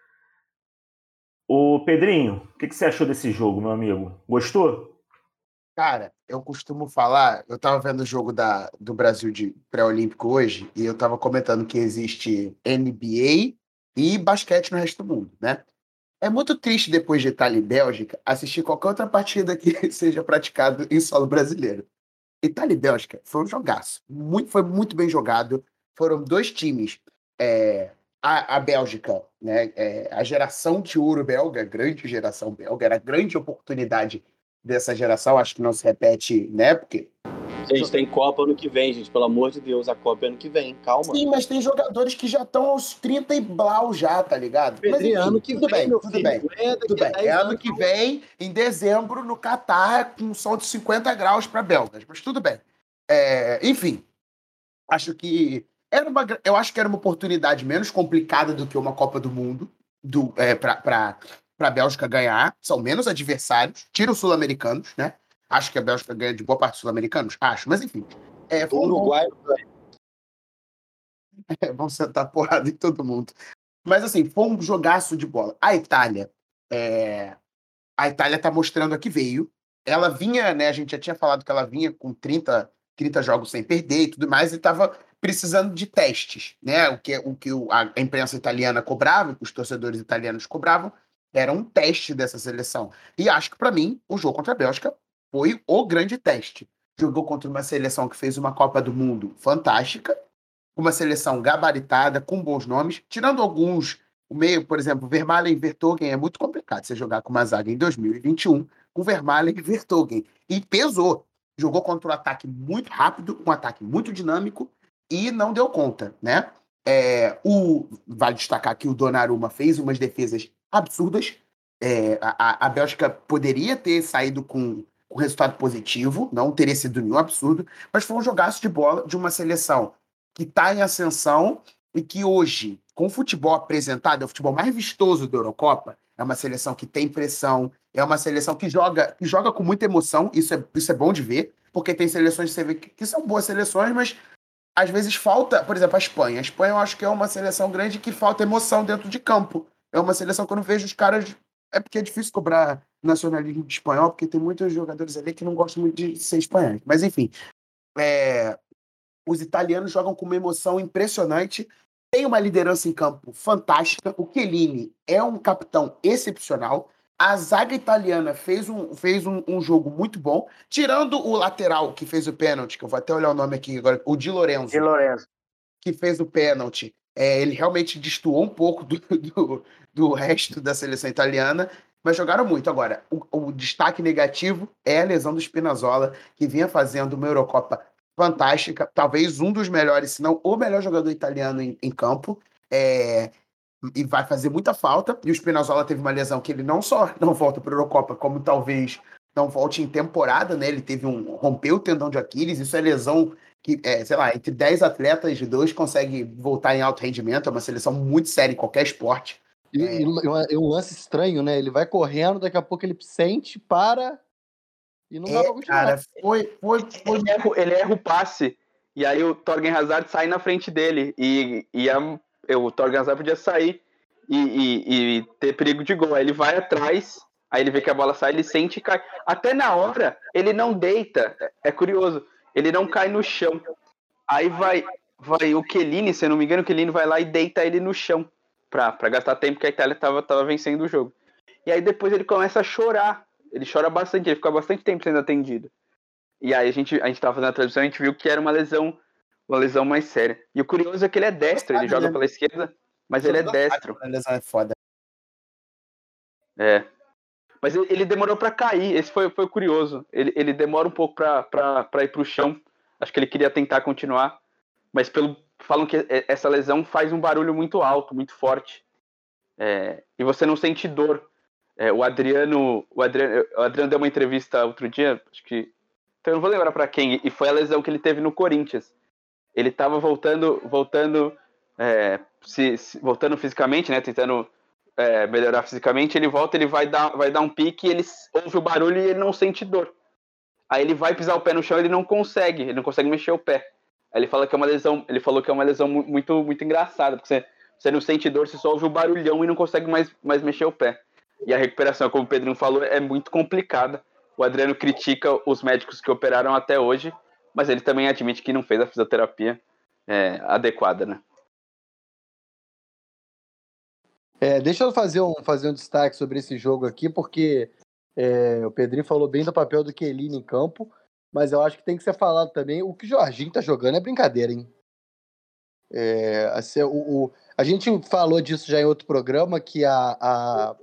Ô, Pedrinho, o que você achou desse jogo, meu amigo? Gostou? Cara, eu costumo falar... Eu estava vendo o jogo do Brasil de pré-olímpico hoje e eu estava comentando que existe NBA e basquete no resto do mundo, né? É muito triste, depois de Itália e Bélgica, assistir qualquer outra partida que seja praticado em solo brasileiro. Itália e Bélgica foi um jogaço. Foi muito bem jogado. Foram 2 times. A Bélgica, né, a geração de ouro belga, a grande geração belga, era a grande oportunidade dessa geração. Acho que não se repete, né? Porque Gente, tem Copa ano que vem, gente. Pelo amor de Deus, a Copa é ano que vem. Calma. Sim, mas tem jogadores que já estão aos 30 e blau já, tá ligado? Mas enfim, Ano que tudo vem, bem, meu tudo filho. bem. É daqui Tudo a bem. 10 É ano anos, que vem, em dezembro, no Catar, com sol de 50 graus para belgas. Mas tudo bem. Enfim, acho que eu acho que era uma oportunidade menos complicada do que uma Copa do Mundo para a Bélgica ganhar. São menos adversários, tira os sul-americanos, né? Acho que a Bélgica ganha de boa parte dos sul-americanos, acho. Mas enfim. O Uruguai Vão sentar porrada em todo mundo. Mas assim, foi um jogaço de bola. A Itália tá mostrando a que veio. Ela vinha, né? A gente já tinha falado que ela vinha com 30 jogos sem perder e tudo mais, e estava precisando de testes, né? O que a imprensa italiana cobrava, o que os torcedores italianos cobravam, era um teste dessa seleção. E acho que, para mim, o jogo contra a Bélgica foi o grande teste. Jogou contra uma seleção que fez uma Copa do Mundo fantástica, uma seleção gabaritada, com bons nomes, tirando alguns. O meio, por exemplo, Vermaelen e Vertonghen é muito complicado você jogar com uma zaga em 2021 com Vermaelen e Vertonghen. E pesou. Jogou contra um ataque muito rápido, um ataque muito dinâmico e não deu conta, né? Vale destacar que o Donnarumma fez umas defesas absurdas. A Bélgica poderia ter saído com resultado positivo, não teria sido nenhum absurdo, mas foi um jogaço de bola de uma seleção que está em ascensão e que hoje, com o futebol apresentado, é o futebol mais vistoso da Eurocopa, é uma seleção que tem pressão, é uma seleção que joga com muita emoção, isso é bom de ver, porque tem seleções que você vê que são boas seleções, mas às vezes falta, por exemplo, a Espanha. A Espanha eu acho que é uma seleção grande que falta emoção dentro de campo. É uma seleção que eu não vejo os caras... É porque é difícil cobrar nacionalismo de espanhol, porque tem muitos jogadores ali que não gostam muito de ser espanhóis. Mas enfim, os italianos jogam com uma emoção impressionante, tem uma liderança em campo fantástica, o Chiellini é um capitão excepcional, a zaga italiana fez um jogo muito bom, tirando o lateral que fez o pênalti, que eu vou até olhar o nome aqui agora, o Di Lorenzo, que fez o pênalti. Ele realmente destoou um pouco do resto da seleção italiana, mas jogaram muito. Agora, o destaque negativo é a lesão do Spinazzola, que vinha fazendo uma Eurocopa fantástica, talvez um dos melhores, se não o melhor jogador italiano em campo, e vai fazer muita falta. E o Spinazzola teve uma lesão que ele não só não volta para a Eurocopa, como talvez não volte em temporada, né? Ele rompeu o tendão de Aquiles, isso é lesão que, sei lá, entre 10 atletas, 2 conseguem voltar em alto rendimento, é uma seleção muito séria em qualquer esporte. E um lance estranho, né? Ele vai correndo, daqui a pouco ele sente, para e não dá pra continuar. Cara, foi... Ele erra o passe, e aí o Torgan Hazard sai na frente dele, o Torgan Hazard podia sair e ter perigo de gol. Aí ele vai atrás, aí ele vê que a bola sai, ele sente e cai. Até na hora, ele não deita, é curioso, ele não cai no chão. Aí vai o Chiellini, se eu não me engano, o Chiellini vai lá e deita ele no chão, pra gastar tempo, que a Itália tava vencendo o jogo. E aí depois ele começa a chorar, ele chora bastante, ele fica bastante tempo sendo atendido. E aí a gente tava fazendo a transmissão, a gente viu que era uma lesão mais séria. E o curioso é que ele é destro, ele joga pela esquerda, mas ele é destro. A lesão é foda. Mas ele demorou pra cair, esse foi o curioso. Ele demora um pouco pra ir pro chão, acho que ele queria tentar continuar, mas falam que essa lesão faz um barulho muito alto, muito forte. E você não sente dor. O Adriano deu uma entrevista outro dia, acho que... Então eu não vou lembrar pra quem, e foi a lesão que ele teve no Corinthians. Ele tava voltando fisicamente, né, tentando melhorar fisicamente, ele volta, ele vai dar um pique, ele ouve o barulho e ele não sente dor. Aí ele vai pisar o pé no chão, ele não consegue mexer o pé. Aí ele falou que é uma lesão muito, muito engraçada, porque você não sente dor, você só ouve o barulhão e não consegue mais mexer o pé. E a recuperação, como o Pedrinho falou, é muito complicada. O Adriano critica os médicos que operaram até hoje, mas ele também admite que não fez a fisioterapia adequada, né? Deixa eu fazer um destaque sobre esse jogo aqui, porque o Pedrinho falou bem do papel do Chiellini em campo, mas eu acho que tem que ser falado também, o que o Jorginho tá jogando é brincadeira, hein? A gente falou disso já em outro programa, que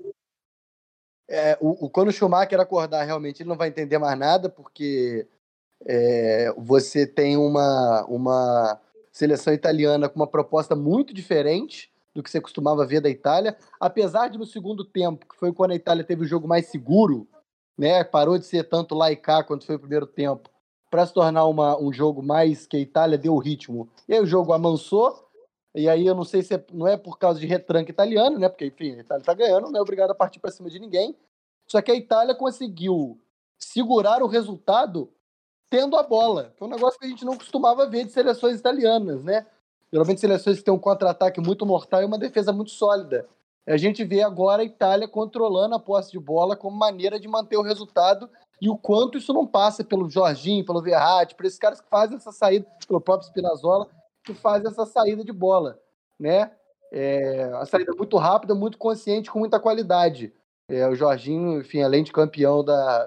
quando o Schumacher acordar, realmente ele não vai entender mais nada, porque Você tem uma seleção italiana com uma proposta muito diferente do que você costumava ver da Itália, apesar de no segundo tempo, que foi quando a Itália teve o jogo mais seguro, né, parou de ser tanto lá e cá quanto foi o primeiro tempo, para se tornar um jogo mais que a Itália deu o ritmo. E aí o jogo amansou, e aí eu não sei se não é por causa de retranca italiano, né, porque, enfim, a Itália está ganhando, não é obrigada a partir para cima de ninguém, só que a Itália conseguiu segurar o resultado tendo a bola, que é um negócio que a gente não costumava ver de seleções italianas, né? Geralmente seleções que têm um contra-ataque muito mortal e uma defesa muito sólida. A gente vê agora a Itália controlando a posse de bola como maneira de manter o resultado e o quanto isso não passa pelo Jorginho, pelo Verratti, por esses caras que fazem essa saída, pelo próprio Spinazzola, que fazem essa saída de bola, né? A saída muito rápida, muito consciente, com muita qualidade. O Jorginho, enfim, além de campeão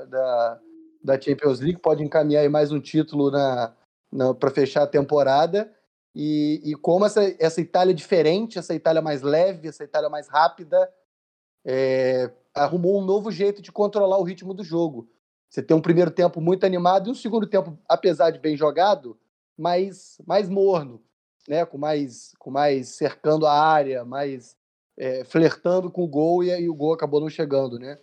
da Champions League, pode encaminhar aí mais um título para fechar a temporada. E como essa Itália diferente, essa Itália mais leve, essa Itália mais rápida, arrumou um novo jeito de controlar o ritmo do jogo. Você tem um primeiro tempo muito animado e um segundo tempo, apesar de bem jogado, mais morno, né? com mais cercando a área, mais flertando com o gol, e o gol acabou não chegando, né?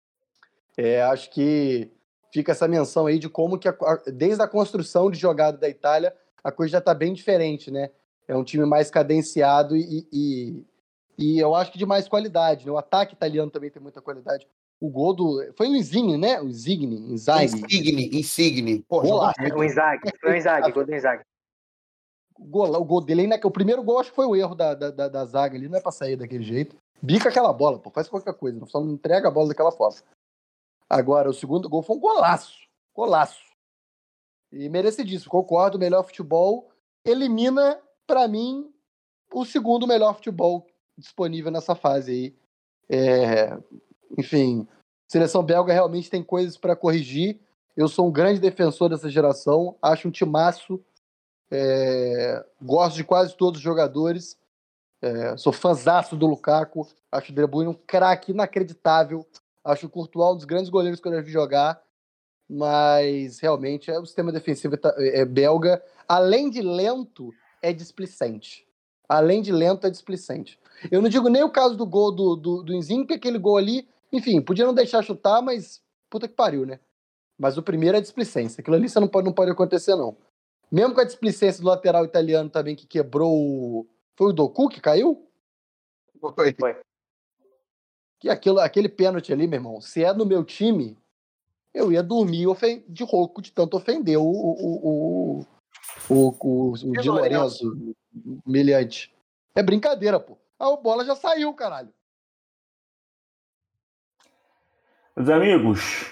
Acho que fica essa menção aí de como que desde a construção de jogada da Itália a coisa já está bem diferente, né? É um time mais cadenciado e eu acho que de mais qualidade, né? O ataque italiano também tem muita qualidade. O gol foi o Insigne, né? O Insigne. Pô, o Inzaghi, foi o Inzaghi, gol do Inzaghi. O gol dele, né? Que o primeiro gol acho que foi o erro da zaga ali, não é pra sair daquele jeito. Bica aquela bola, pô, faz qualquer coisa, só não entrega a bola daquela forma. Agora, o segundo gol foi um golaço. E merecidíssimo, concordo, o melhor futebol elimina, pra mim, o segundo melhor futebol disponível nessa fase aí. Enfim, seleção belga realmente tem coisas para corrigir. Eu sou um grande defensor dessa geração, acho um timaço, gosto de quase todos os jogadores, sou fãzaço do Lukaku, acho o De Bruyne um craque inacreditável, acho o Courtois um dos grandes goleiros que eu já vi jogar, mas realmente o sistema defensivo belga, além de lento, é displicente. Eu não digo nem o caso do gol do Insigne, que aquele gol ali, enfim, podia não deixar chutar, mas puta que pariu, né? Mas o primeiro é displicência. Aquilo ali não pode acontecer, não. Mesmo com a displicência do lateral italiano também, que quebrou. Foi o Doku que caiu? Foi. Que aquele pênalti ali, meu irmão, se é no meu time, eu ia dormir de rouco de tanto ofender o Di Lorenzo, humilhante. É brincadeira, pô. A bola já saiu, caralho. Meus amigos,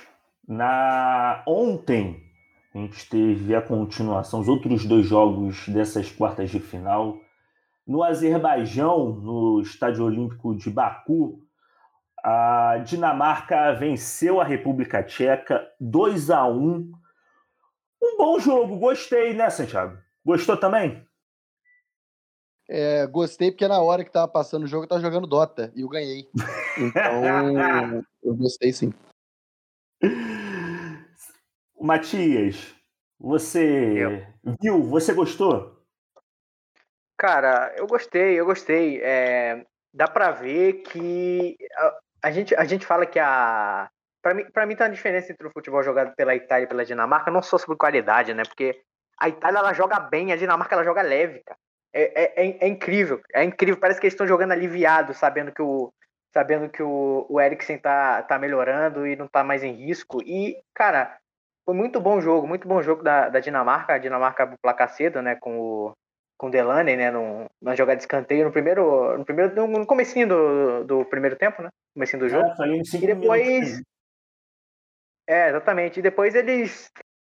ontem a gente teve a continuação, os outros 2 jogos dessas quartas de final. No Azerbaijão, no Estádio Olímpico de Baku, a Dinamarca venceu a República Tcheca 2-1. Um bom jogo, gostei, né, Santiago? Gostou também? Gostei porque na hora que tava passando o jogo eu tava jogando Dota e eu ganhei. Então, eu gostei sim. Matias, você viu? Você gostou? Cara, eu gostei. Dá pra ver que a gente fala que Pra mim tá uma diferença entre o futebol jogado pela Itália e pela Dinamarca, não só sobre qualidade, né? Porque a Itália, ela joga bem, a Dinamarca, ela joga leve, cara. É incrível, parece que eles estão jogando aliviado, sabendo que o Eriksen tá melhorando e não tá mais em risco. E, cara, foi muito bom jogo da Dinamarca. A Dinamarca abriu o placar cedo, né, com o Delaney, né, na jogada de escanteio no comecinho do primeiro tempo, né, comecinho do jogo. E depois... exatamente. E depois eles...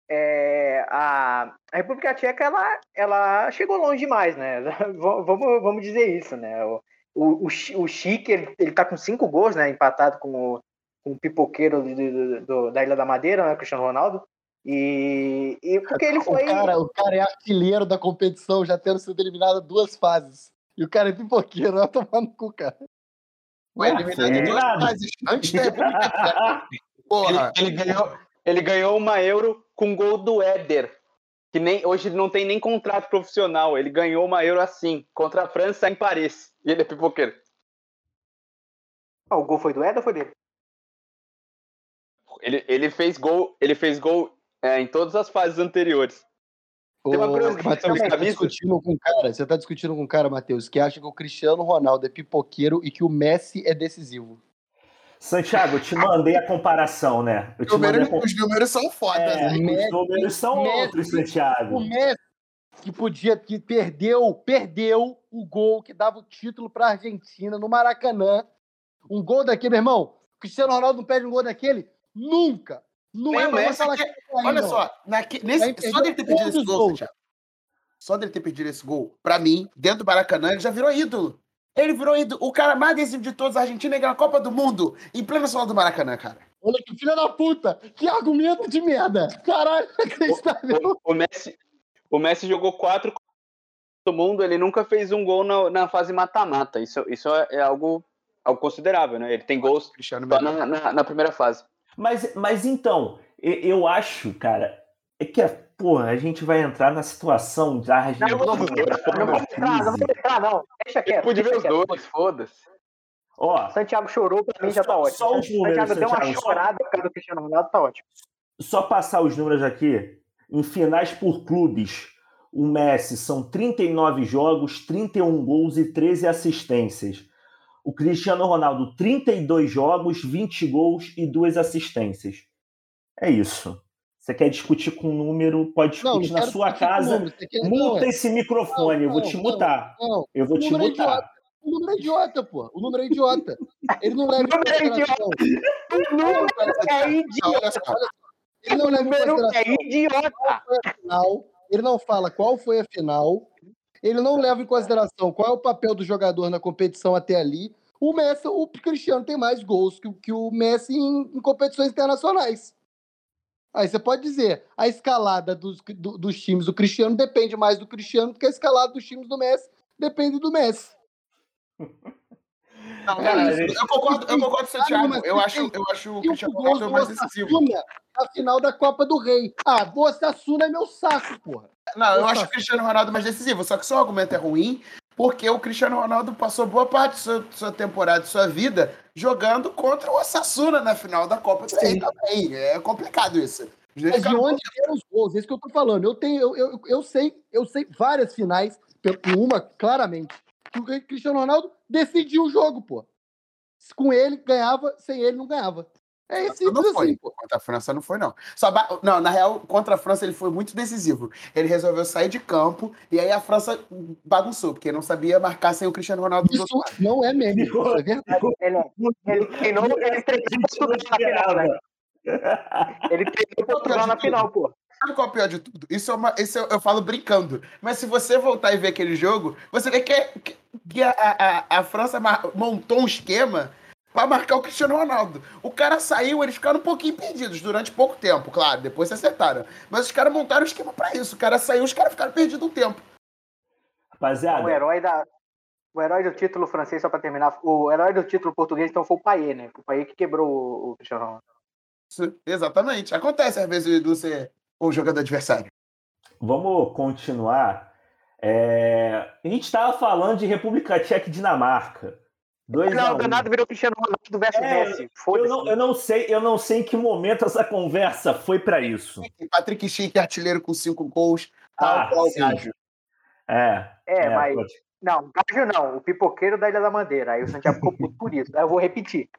a República Tcheca, ela chegou longe demais, né? Vamos dizer isso, né? O Chique, ele tá com 5 gols, né? Empatado com o pipoqueiro da Ilha da Madeira, né? Cristiano Ronaldo. E porque ele foi... O cara é artilheiro da competição, já tendo sido eliminado 2 fases. E o cara é pipoqueiro, vai tomar no cu, cara. Foi eliminado 2 fases antes da República Tcheca. Porra. Ele ganhou uma Euro com gol do Éder, que hoje não tem nem contrato profissional. Ele ganhou uma Euro assim, contra a França em Paris. E ele é pipoqueiro. O gol foi do Éder ou foi dele? Ele fez gol em todas as fases anteriores. Tem uma curiosidade Matheus, você tá discutindo com um cara, Matheus, que acha que o Cristiano Ronaldo é pipoqueiro e que o Messi é decisivo. Santiago, eu te mandei a comparação, né? Os números são fodas, né? Os números são outros, Santiago. O Messi, que perdeu o gol que dava o título pra Argentina no Maracanã. Um gol daquele, meu irmão, o Cristiano Ronaldo não perde um gol daquele nunca. Não é mais falar que olha só, só dele ter perdido esse gol, Santiago. Só dele ter perdido esse gol, pra mim, dentro do Maracanã, ele já virou ídolo. Ele virou ídolo. O cara mais decisivo de todos, a Argentina, ganhou a Copa do Mundo em plena sala do Maracanã, cara. Olha que filho da puta! Que argumento de merda! Caralho, inacreditável! O Messi jogou 4 do mundo, ele nunca fez um gol na fase mata-mata. Isso é algo considerável, né? Ele tem gols só na primeira fase. Mas então, eu acho, cara, que a gente vai entrar na situação da Argentina. Não vou entrar, não. Deixa quieto. Podia ver os dois, foda-se. Ó, Santiago chorou, pra mim já tá ótimo. Só os números, Santiago deu uma chorada por causa do Cristiano Ronaldo, tá ótimo. Só passar os números aqui. Em finais por clubes, o Messi são 39 jogos, 31 gols e 13 assistências. O Cristiano Ronaldo, 32 jogos, 20 gols e 2 assistências. É isso. Você quer discutir com um número, pode discutir na sua casa. Muta esse microfone, eu vou te mutar. Eu vou te mutar. O número é idiota, pô. O número é idiota. Ele não leva em consideração. O número é idiota. Ele não leva em consideração. É idiota. Ele não fala qual foi a final. Ele não leva em consideração qual é o papel do jogador na competição até ali. O Cristiano tem mais gols que o Messi em competições internacionais. Aí você pode dizer, a escalada dos times do Cristiano depende mais do Cristiano do que a escalada dos times do Messi depende do Messi. Não, eu concordo com o Santiago. Eu acho o Cristiano Ronaldo mais decisivo. A final da Copa do Rei. O Osasuna é meu saco, porra. Não, eu acho o Cristiano Ronaldo mais decisivo, só que seu argumento é ruim, porque o Cristiano Ronaldo passou boa parte de sua temporada, de sua vida, jogando contra o Osasuna na final da Copa do Rei também. É complicado isso. Mas de onde eram os gols? É isso que eu tô falando. Eu sei várias finais, uma claramente, que o Cristiano Ronaldo decidiu o jogo, pô. Com ele ganhava, sem ele não ganhava. É esse não foi, pô. Contra a França não foi, não. Não, na real, contra a França ele foi muito decisivo. Ele resolveu sair de campo e aí a França bagunçou, porque não sabia marcar sem o Cristiano Ronaldo. Isso não é meme, é verdade. Ele treinou Portugal na final, né? Ele treinou Portugal na final, pô. Sabe qual é o pior de tudo? Isso eu falo brincando. Mas se você voltar e ver aquele jogo, você vê que a França montou um esquema para marcar o Cristiano Ronaldo. O cara saiu, eles ficaram um pouquinho perdidos durante pouco tempo, claro, depois se acertaram. Mas os caras montaram um esquema para isso. O cara saiu, os caras ficaram perdidos um tempo. Rapaziada. O herói do título francês, só para terminar, o herói do título português então foi o Payet, né? O Payet que quebrou o Cristiano Ronaldo. Isso, exatamente. Acontece às vezes do ser o jogador adversário. Vamos continuar. A gente estava falando de República Tcheca e Dinamarca. Não, o danado virou Cristiano Ronaldo versus Messi. Eu não sei em que momento essa conversa foi para isso. Patrick Schick, artilheiro com 5 gols. Sim. Gajo. Mas... Pode. Não, Gajo não. O pipoqueiro da Ilha da Madeira. Aí o Santiago ficou puto por isso. Aí eu vou repetir.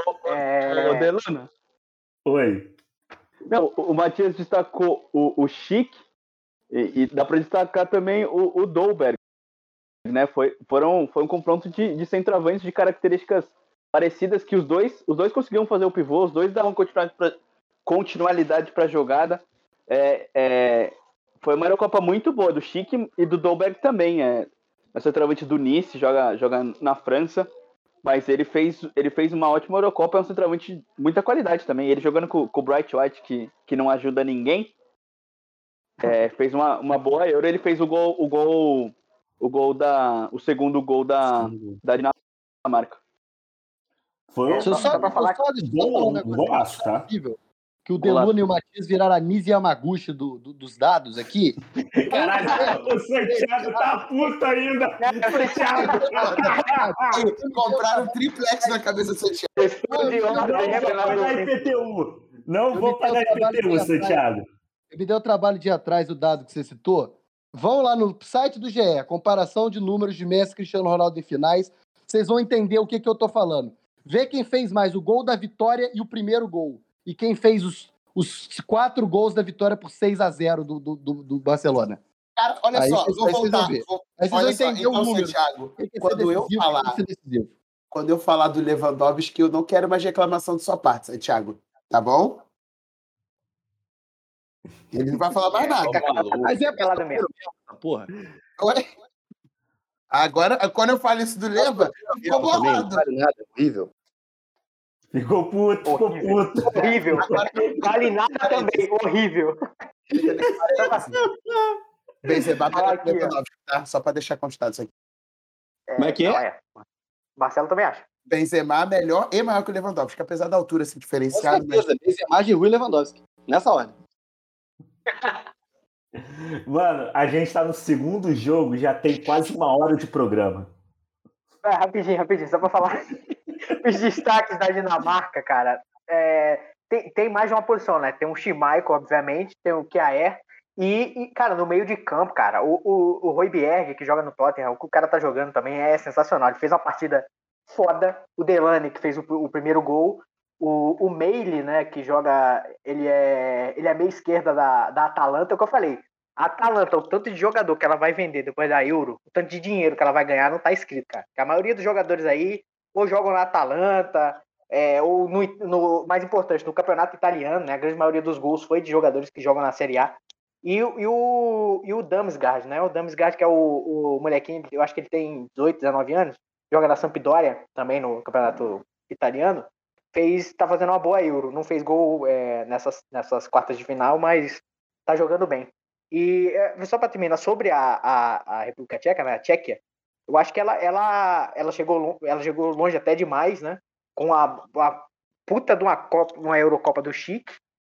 Delano. Oi. Não, o Matias destacou o Schick e dá para destacar também o Dolberg, né? Foi um confronto de centroavantes de características parecidas que os dois conseguiam fazer o pivô, os dois davam continuidade para a jogada. Foi uma Eurocopa muito boa do Schick e do Dolberg também. É centroavante do Nice, joga na França. Mas ele fez uma ótima Eurocopa, é um centroavante de muita qualidade também. Ele jogando com o Bright White, que não ajuda ninguém, fez uma boa Euro. Ele fez o segundo gol da Dinamarca. Foi só para falar golaço, tá? que o Deluna e o Matias viraram a Nise Yamaguchi dos dados aqui. Caralho, o Santiago tá puto ainda. Santiago. Compraram um triplex na cabeça do Santiago. Não vou pagar IPTU. Não vou pagar IPTU, Santiago. Me deu o trabalho de ir atrás do dado que você citou. Vão lá no site do GE, comparação de números de Messi e Cristiano Ronaldo em finais. Vocês vão entender o que eu tô falando. Vê quem fez mais o gol da vitória e o primeiro gol. E quem fez os 4 gols da vitória por 6-0 do Barcelona. Cara, olha aí só, vocês, vou voltar. Aí vocês vão entender então, o número. Santiago, Decisivo. quando eu falar do Lewandowski, eu não quero mais reclamação de sua parte, Santiago. Tá bom? Ele não vai falar mais nada. Mas é pelada mesmo. Porra. Agora, quando eu falo isso do Leva, ficou bolado. Não vale nada, é horrível. Ficou puto. Horrível. Vale nada também, horrível. Benzema melhor que Lewandowski, tá? Só pra deixar constado isso aqui. Como é que é? Marcelo também acha. Benzema melhor e maior que o Lewandowski, apesar da altura se diferenciar. Com certeza, Benzema, Giroud e Lewandowski. Nessa ordem. Mano, a gente tá no segundo jogo, já tem quase 1 hora de programa. Rapidinho, só pra falar. Os destaques da Dinamarca, cara, tem mais de uma posição, né? Tem o Schmeichel, obviamente, tem o Kjaer e, cara, no meio de campo, cara, o Højbjerg, que joga no Tottenham, o que o cara tá jogando também é sensacional. Ele fez uma partida foda. O Delaney, que fez o primeiro gol. O Meili, né, que joga, ele é meia esquerda da Atalanta, é o que eu falei. A Atalanta, o tanto de jogador que ela vai vender depois da Euro, o tanto de dinheiro que ela vai ganhar não tá escrito, cara. Porque a maioria dos jogadores aí ou jogam na Atalanta, ou no mais importante, no campeonato italiano, né, a grande maioria dos gols foi de jogadores que jogam na Série A. E o Damsgaard, né, o Damsgaard, que é o molequinho, eu acho que ele tem 18, 19 anos, joga na Sampdoria, também no campeonato italiano, tá fazendo uma boa Euro, não fez gol nessas quartas de final, mas tá jogando bem. E só para terminar, sobre a República Tcheca, né, a Tchequia, eu acho que ela chegou longe até demais, né, com a puta de uma Eurocopa do Chique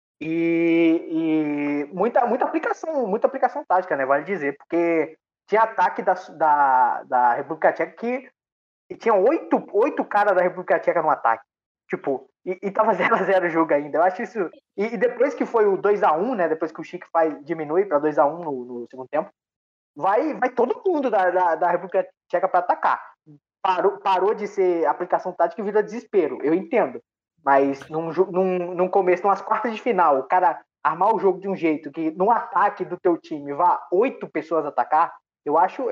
e muita aplicação tática, né, vale dizer, porque tinha ataque da República Tcheca que tinha 8 caras da República Tcheca no ataque. Tipo, e tava 0-0 o jogo ainda. Eu acho isso. E depois que foi o 2-1, né? Depois que o Chique diminui para 2-1 no segundo tempo, vai todo mundo da República Tcheca para atacar. Parou de ser aplicação tática e vira desespero. Eu entendo. Mas num começo, numas quartas de final, o cara armar o jogo de um jeito que no ataque do teu time vá 8 pessoas atacar, eu acho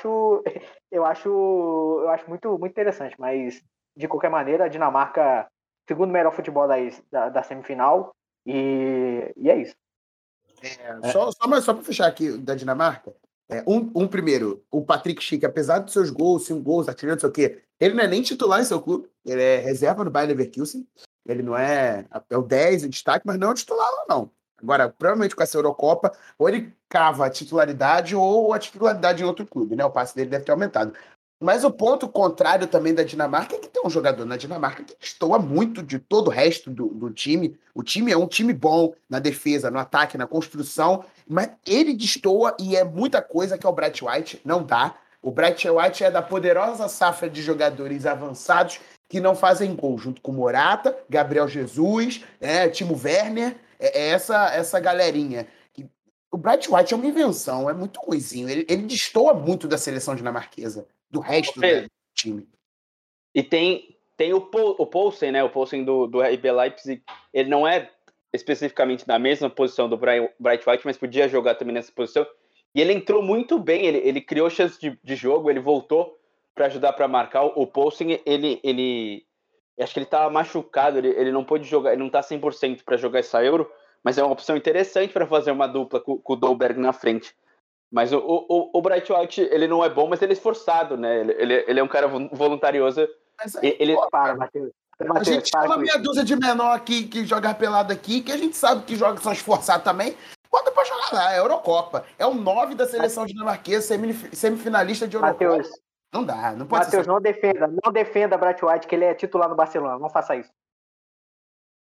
muito, muito interessante. Mas, de qualquer maneira, a Dinamarca, segundo melhor futebol da semifinal, e é isso. Só para fechar aqui da Dinamarca, primeiro, o Patrick Schick, apesar dos seus gols, 5 gols, artilheiro, não sei o quê, ele não é nem titular em seu clube, ele é reserva no Bayer Leverkusen, ele não é o 10, o destaque, mas não é o titular lá, não. Agora, provavelmente com essa Eurocopa, ou ele cava a titularidade ou a titularidade em outro clube, né? O passe dele deve ter aumentado. Mas o ponto contrário também da Dinamarca é que tem um jogador na Dinamarca que destoa muito de todo o resto do time. O time é um time bom na defesa, no ataque, na construção, mas ele destoa e é muita coisa que é o Bright White. Não dá. O Bright White é da poderosa safra de jogadores avançados que não fazem gol, junto com Morata, Gabriel Jesus, Timo Werner, essa galerinha. O Bright White é uma invenção, é muito ruizinho. Ele destoa muito da seleção dinamarquesa, do resto do time. E tem o Poulsen, né? O Poulsen do RB Leipzig. Ele não é especificamente na mesma posição do Bright White, mas podia jogar também nessa posição. E ele entrou muito bem, ele criou chance de jogo, ele voltou para ajudar para marcar. O Poulsen, ele acho que ele tá machucado, ele não pôde jogar, ele não tá 100% para jogar essa Euro, mas é uma opção interessante para fazer uma dupla com o Dolberg na frente. Mas o Bright White, ele não é bom, mas ele é esforçado, né? Ele é um cara voluntarioso. Mas aí, Matheus. A gente chama meia dúzia de menor aqui que joga pelado aqui, que a gente sabe que joga, são esforçados também. Bota pra jogar lá, é Eurocopa. É o 9 da seleção dinamarquesa, semifinalista de Eurocopa. Matheus, não dá, não pode Matheus, não defenda Bright White, que ele é titular no Barcelona. Não faça isso.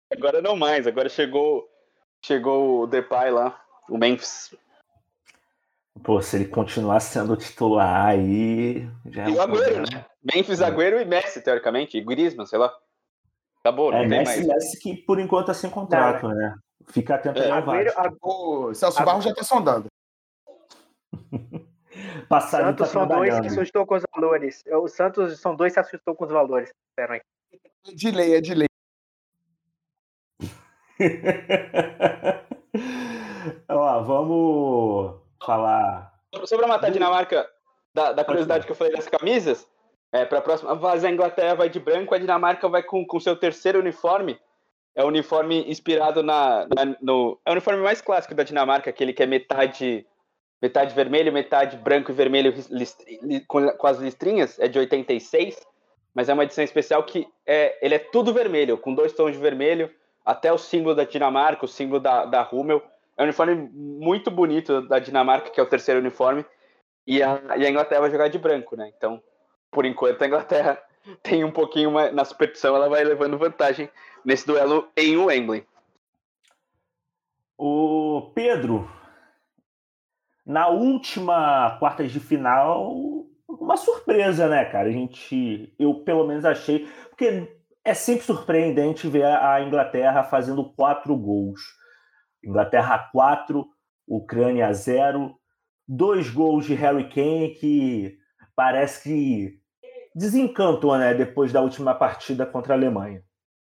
Agora não mais, agora chegou o Depay lá, o Memphis. Pô, se ele continuar sendo titular aí, já é E um o Agüero, problema. né? Memphis, Agüero e Messi, teoricamente, e Griezmann, sei lá. Acabou, não tem mais. Messi que por enquanto tá sem contrato, né? Fica atento aí ao Agüero, Vasco. O Celso Barros já tá sondando. Passarinho Santos tá são dois que se trabalhando. assustou com os valores. O Santos são dois que se assustou com os valores. Disseram aí. É de lei. Ó, vamos falar. Só pra matar a Dinamarca, da curiosidade que eu falei das camisas, pra próxima fase a Inglaterra vai de branco, a Dinamarca vai com seu terceiro uniforme. É o uniforme inspirado no. É o uniforme mais clássico da Dinamarca, aquele que é metade vermelho, metade branco e vermelho com as listrinhas, é de 86, mas é uma edição especial que ele é tudo vermelho, com 2 tons de vermelho, até o símbolo da Dinamarca, o símbolo da Hummel. É um uniforme muito bonito da Dinamarca, que é o terceiro uniforme, e a Inglaterra vai jogar de branco, né? Então, por enquanto, a Inglaterra tem um pouquinho mais, na superstição, ela vai levando vantagem nesse duelo em Wembley. O Pedro, na última quartas de final, uma surpresa, né, cara? Eu pelo menos achei, porque é sempre surpreendente ver a Inglaterra fazendo 4 gols. Inglaterra 4, Ucrânia 0, 2 gols de Harry Kane que parece que desencantou, né, depois da última partida contra a Alemanha.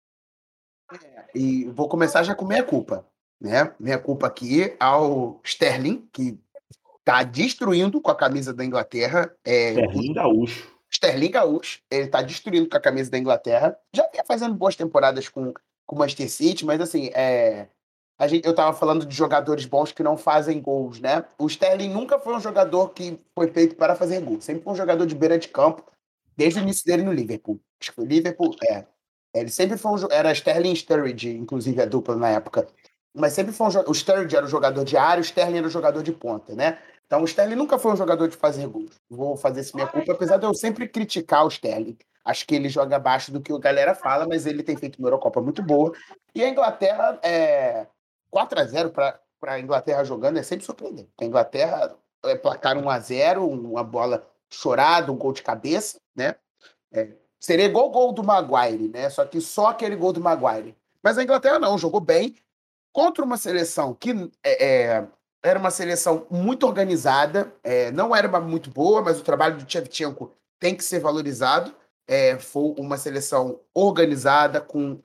E vou começar já com minha culpa, né? Minha culpa aqui ao Sterling, que tá destruindo com a camisa da Inglaterra. Sterling Gaúcho. Sterling Gaúcho, ele tá destruindo com a camisa da Inglaterra. Já vinha fazendo boas temporadas com o Manchester City, mas assim, eu tava falando de jogadores bons que não fazem gols, né? O Sterling nunca foi um jogador que foi feito para fazer gol. Sempre foi um jogador de beira de campo, desde o início dele no Liverpool. Acho que foi Liverpool, ele sempre foi era Sterling e Sturridge, inclusive a dupla na época. Mas sempre foi o Sturridge era o jogador de área, o Sterling era o jogador de ponta, né? Então o Sterling nunca foi um jogador de fazer gols. Vou fazer essa minha culpa, apesar de eu sempre criticar o Sterling. Acho que ele joga abaixo do que a galera fala, mas ele tem feito uma Eurocopa muito boa. E a Inglaterra 4-0 para a Inglaterra jogando é sempre surpreendente. A Inglaterra placar 1-0, uma bola chorada, um gol de cabeça, né? Seria igual o gol do Maguire, né? Só aquele gol do Maguire. Mas a Inglaterra não, jogou bem contra uma seleção que era uma seleção muito organizada, não era muito boa, mas o trabalho do Shevchenko tem que ser valorizado. Foi uma seleção organizada,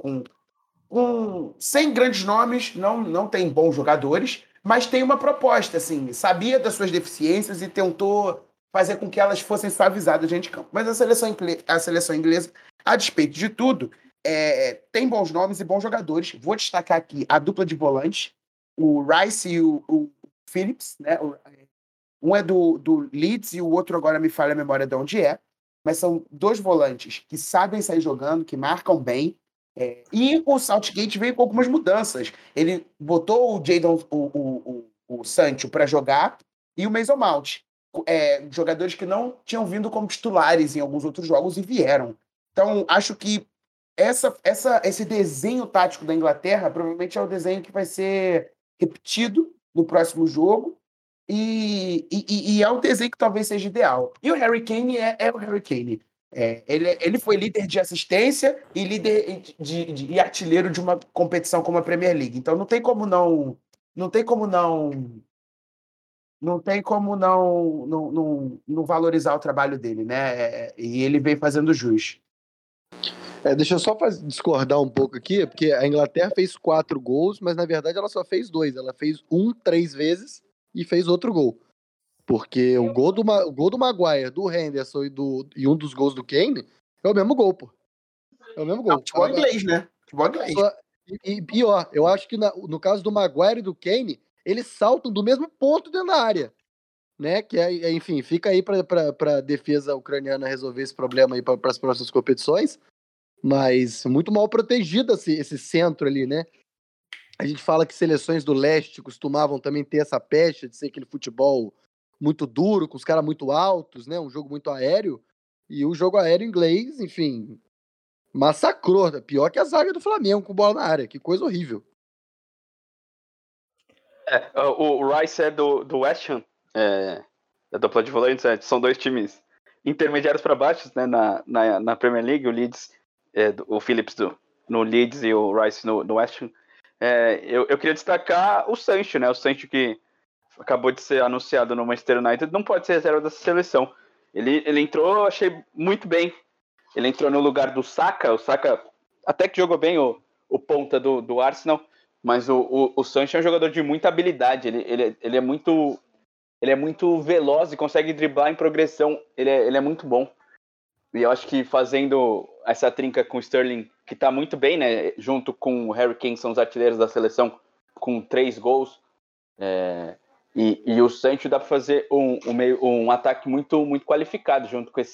sem grandes nomes, não tem bons jogadores, mas tem uma proposta, assim, sabia das suas deficiências e tentou fazer com que elas fossem suavizadas dentro de campo. Mas a seleção inglesa, a despeito de tudo, tem bons nomes e bons jogadores. Vou destacar aqui a dupla de volantes, o Rice e o Phillips, né? Um é do Leeds e o outro agora me falha a memória de onde é, mas são 2 volantes que sabem sair jogando, que marcam bem. E o Southgate veio com algumas mudanças. Ele botou o Jadon, o Sancho para jogar e o Mason Mount. Jogadores que não tinham vindo como titulares em alguns outros jogos e vieram. Então, acho que esse desenho tático da Inglaterra provavelmente é o desenho que vai ser repetido no próximo jogo e é o desenho que talvez seja ideal. E o Harry Kane é o Harry Kane. Ele foi líder de assistência e líder e artilheiro de uma competição como a Premier League. Então não tem como não valorizar o trabalho dele, né? E ele vem fazendo jus. Deixa eu só discordar um pouco aqui, porque a Inglaterra fez 4 gols, mas na verdade ela só fez 2. Ela fez 3 vezes e fez outro gol. Porque o gol do Maguire, do Henderson e um dos gols do Kane é o mesmo gol, pô. É o mesmo gol. Futebol inglês, né? Futebol inglês. E pior, eu acho que no caso do Maguire e do Kane, eles saltam do mesmo ponto dentro da área. Né? Que enfim, fica aí para a defesa ucraniana resolver esse problema aí para as próximas competições. Mas muito mal protegido esse centro ali, né? A gente fala que seleções do leste costumavam também ter essa pecha de ser aquele futebol muito duro, com os caras muito altos, né? Um jogo muito aéreo. E o jogo aéreo inglês, enfim, massacrou. Pior que a zaga do Flamengo com bola na área. Que coisa horrível. O Rice é do West Ham, da dupla de volantes, são dois times intermediários para baixo, né, na Premier League, o Leeds, o Phillips no Leeds e o Rice no West Ham. Eu queria destacar o Sancho, né, o Sancho que acabou de ser anunciado no Manchester United, não pode ser reserva dessa seleção. Ele entrou, eu achei muito bem, ele entrou no lugar do Saka, o Saka até que jogou bem o ponta do Arsenal, mas o Sancho é um jogador de muita habilidade, ele é muito veloz e consegue driblar em progressão, ele é muito bom. E eu acho que fazendo essa trinca com o Sterling, que tá muito bem, né, junto com o Harry Kane, são os artilheiros da seleção, com 3 gols, e o Sancho dá para fazer um ataque muito, muito qualificado, junto com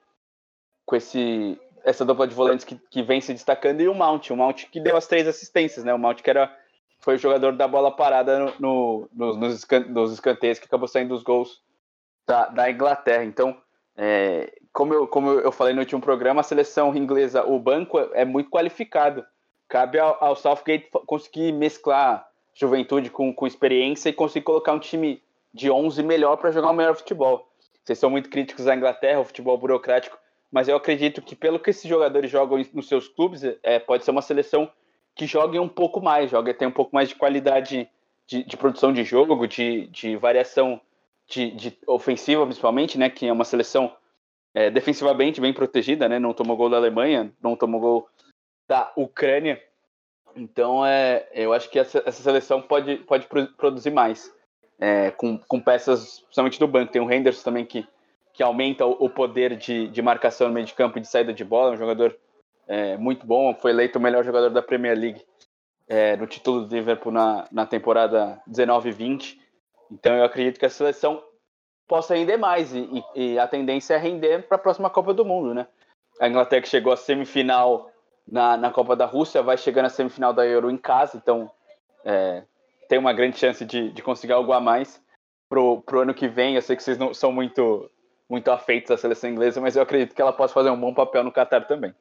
essa dupla de volantes que vem se destacando, e o Mount que deu as 3 assistências, né, o Mount que foi o jogador da bola parada nos escanteios, que acabou saindo dos gols da Inglaterra. Então, como eu falei no último programa, a seleção inglesa, o banco é muito qualificado. Cabe ao Southgate conseguir mesclar juventude com experiência e conseguir colocar um time de 11 melhor para jogar o melhor futebol. Vocês são muito críticos à Inglaterra, o futebol burocrático, mas eu acredito que pelo que esses jogadores jogam nos seus clubes, pode ser uma seleção que joguem um pouco mais, tem um pouco mais de qualidade de produção de jogo, de variação de ofensiva, principalmente, né, que é uma seleção defensivamente bem protegida, né, não tomou gol da Alemanha, não tomou gol da Ucrânia, então eu acho que essa seleção pode produzir mais, com peças, principalmente do banco. Tem o Henderson também que aumenta o poder de marcação no meio de campo e de saída de bola, é um jogador muito bom, foi eleito o melhor jogador da Premier League no título do Liverpool na temporada 19-20. Então eu acredito que a seleção possa render mais e a tendência é render para a próxima Copa do Mundo, né? A Inglaterra que chegou à semifinal na Copa da Rússia vai chegar na semifinal da Euro em casa, então tem uma grande chance de conseguir algo a mais pro ano que vem. Eu sei que vocês não são muito, muito afeitos à seleção inglesa, mas eu acredito que ela possa fazer um bom papel no Qatar também.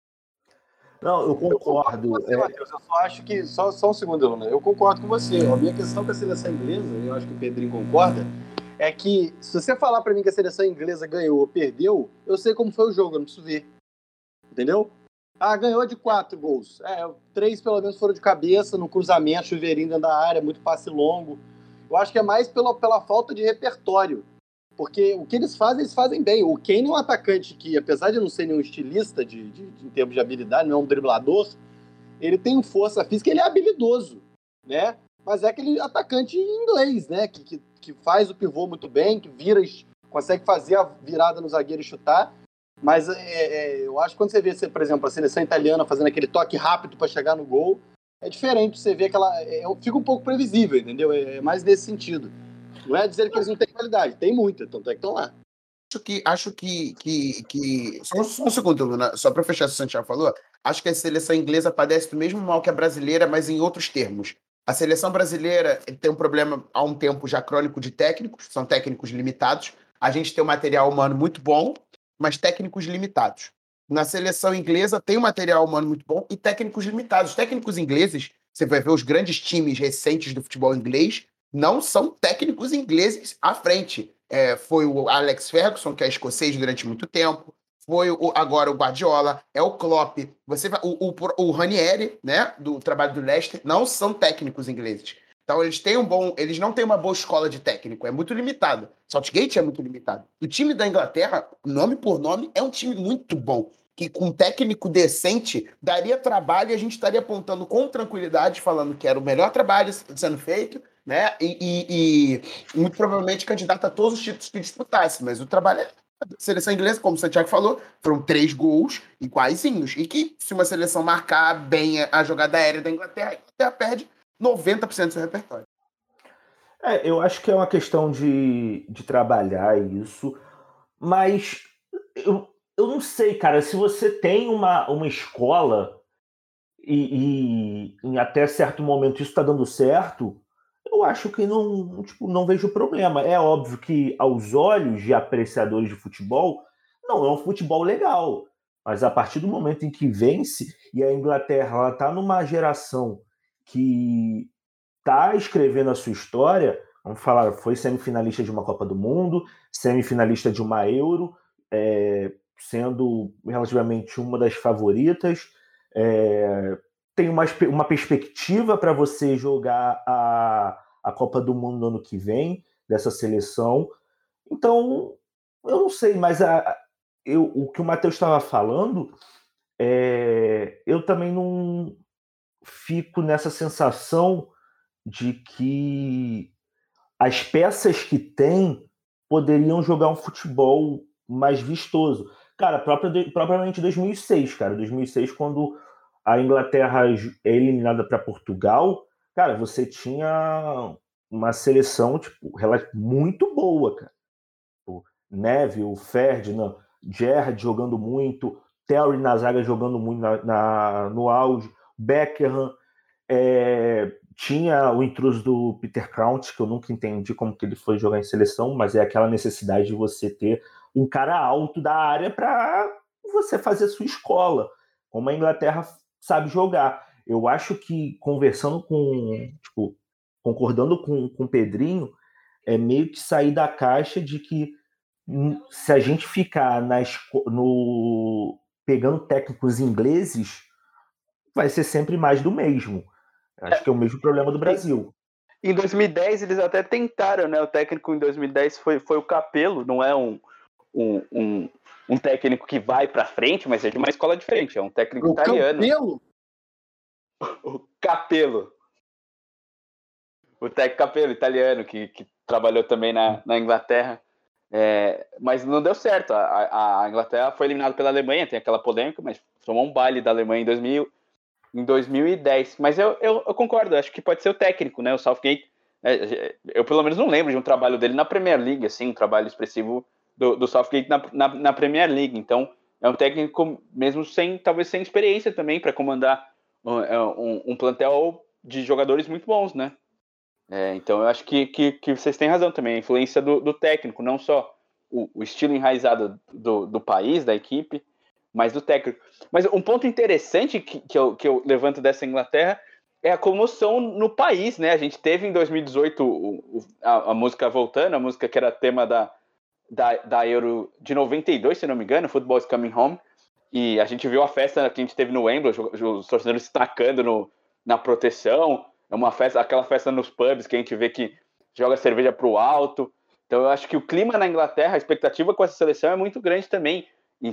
Não, eu concordo. Com você, Matheus, eu só acho que... Só um segundo, Luna. Eu concordo com você. A minha questão com a seleção inglesa, eu acho que o Pedrinho concorda, é que se você falar pra mim que a seleção inglesa ganhou ou perdeu, eu sei como foi o jogo, eu não preciso ver. Entendeu? Ganhou de 4 gols. 3 pelo menos foram de cabeça, no cruzamento, chuveirinho dentro da área, muito passe longo. Eu acho que é mais pela falta de repertório. Porque o que eles fazem bem. O Kane é um atacante que, apesar de não ser nenhum estilista em termos de habilidade, não é um driblador, ele tem força física, ele é habilidoso, né? Mas é aquele atacante inglês, né? Que faz o pivô muito bem, que consegue fazer a virada no zagueiro e chutar. Mas eu acho que quando você vê, por exemplo, a seleção italiana fazendo aquele toque rápido para chegar no gol, é diferente. Você vê fica um pouco previsível, entendeu? É mais nesse sentido. Não é dizer que eles não têm qualidade, tem muita, tanto é que estão lá. Acho que só um segundo, Luna, só para fechar o que o Santiago falou, acho que a seleção inglesa padece do mesmo mal que a brasileira, mas em outros termos. A seleção brasileira tem um problema há um tempo já crônico de técnicos, são técnicos limitados. A gente tem um material humano muito bom, mas técnicos limitados. Na seleção inglesa tem um material humano muito bom e técnicos limitados. Os técnicos ingleses, você vai ver os grandes times recentes do futebol inglês, não são técnicos ingleses à frente. Foi o Alex Ferguson, que é escocês durante muito tempo, foi agora o Guardiola, é o Klopp, o Ranieri, né, do trabalho do Leicester, não são técnicos ingleses. Então eles não têm uma boa escola de técnico, é muito limitado. Southgate é muito limitado. O time da Inglaterra, nome por nome, é um time muito bom, que com um técnico decente daria trabalho e a gente estaria apontando com tranquilidade, falando que era o melhor trabalho sendo feito, né? E muito provavelmente candidato a todos os títulos que disputasse, mas o trabalho a seleção inglesa, como o Santiago falou, foram 3 gols iguaizinhos, e que se uma seleção marcar bem a jogada aérea da Inglaterra, a Inglaterra perde 90% do seu repertório. Eu acho que é uma questão de trabalhar isso, mas eu não sei, cara, se você tem uma escola e até certo momento isso está dando certo, eu acho que não vejo problema. É óbvio que aos olhos de apreciadores de futebol, não é um futebol legal. Mas a partir do momento em que vence, e a Inglaterra está numa geração que está escrevendo a sua história, vamos falar, foi semifinalista de uma Copa do Mundo, semifinalista de uma Euro, sendo relativamente uma das favoritas, tem uma perspectiva para você jogar a Copa do Mundo no ano que vem, dessa seleção. Então, eu não sei, mas o que o Matheus estava falando, eu também não fico nessa sensação de que as peças que tem poderiam jogar um futebol mais vistoso. Cara, propriamente 2006, cara. 2006, quando a Inglaterra é eliminada para Portugal, cara, você tinha uma seleção tipo, muito boa, cara. O Neville, Ferdinand, Gerrard jogando muito, Terry na zaga jogando muito no auge, Beckham, tinha o intruso do Peter Crouch, que eu nunca entendi como que ele foi jogar em seleção, mas é aquela necessidade de você ter um cara alto da área para você fazer a sua escola, como a Inglaterra sabe jogar. Eu acho que conversando concordando com o Pedrinho, é meio que sair da caixa de que se a gente ficar pegando técnicos ingleses, vai ser sempre mais do mesmo. Acho que é o mesmo problema do Brasil. Em 2010 eles até tentaram, né? O técnico em 2010 foi o Capello, não é um técnico que vai para frente, mas é de uma escola diferente, é um técnico italiano. Capello? O Capello. O técnico Capello, italiano, que trabalhou também na Inglaterra. Mas não deu certo. A Inglaterra foi eliminada pela Alemanha, tem aquela polêmica, mas tomou um baile da Alemanha em 2010. Mas eu concordo, acho que pode ser o técnico, né? O Southgate. Eu pelo menos não lembro de um trabalho dele na Premier League, assim, um trabalho expressivo do Southgate na Premier League. Então, é um técnico mesmo talvez sem experiência também para comandar um plantel de jogadores muito bons, né? Então, eu acho que vocês têm razão também. A influência do técnico, não só o estilo enraizado do país, da equipe, mas do técnico. Mas um ponto interessante que eu levanto dessa Inglaterra é a comoção no país, né? A gente teve em 2018 a música voltando, a música que era tema da Euro de 92, se não me engano, Football is Coming Home, e a gente viu a festa que a gente teve no Wembley, os torcedores se tacando na proteção, aquela festa nos pubs que a gente vê que joga cerveja pro alto. Então eu acho que o clima na Inglaterra, a expectativa com essa seleção é muito grande também,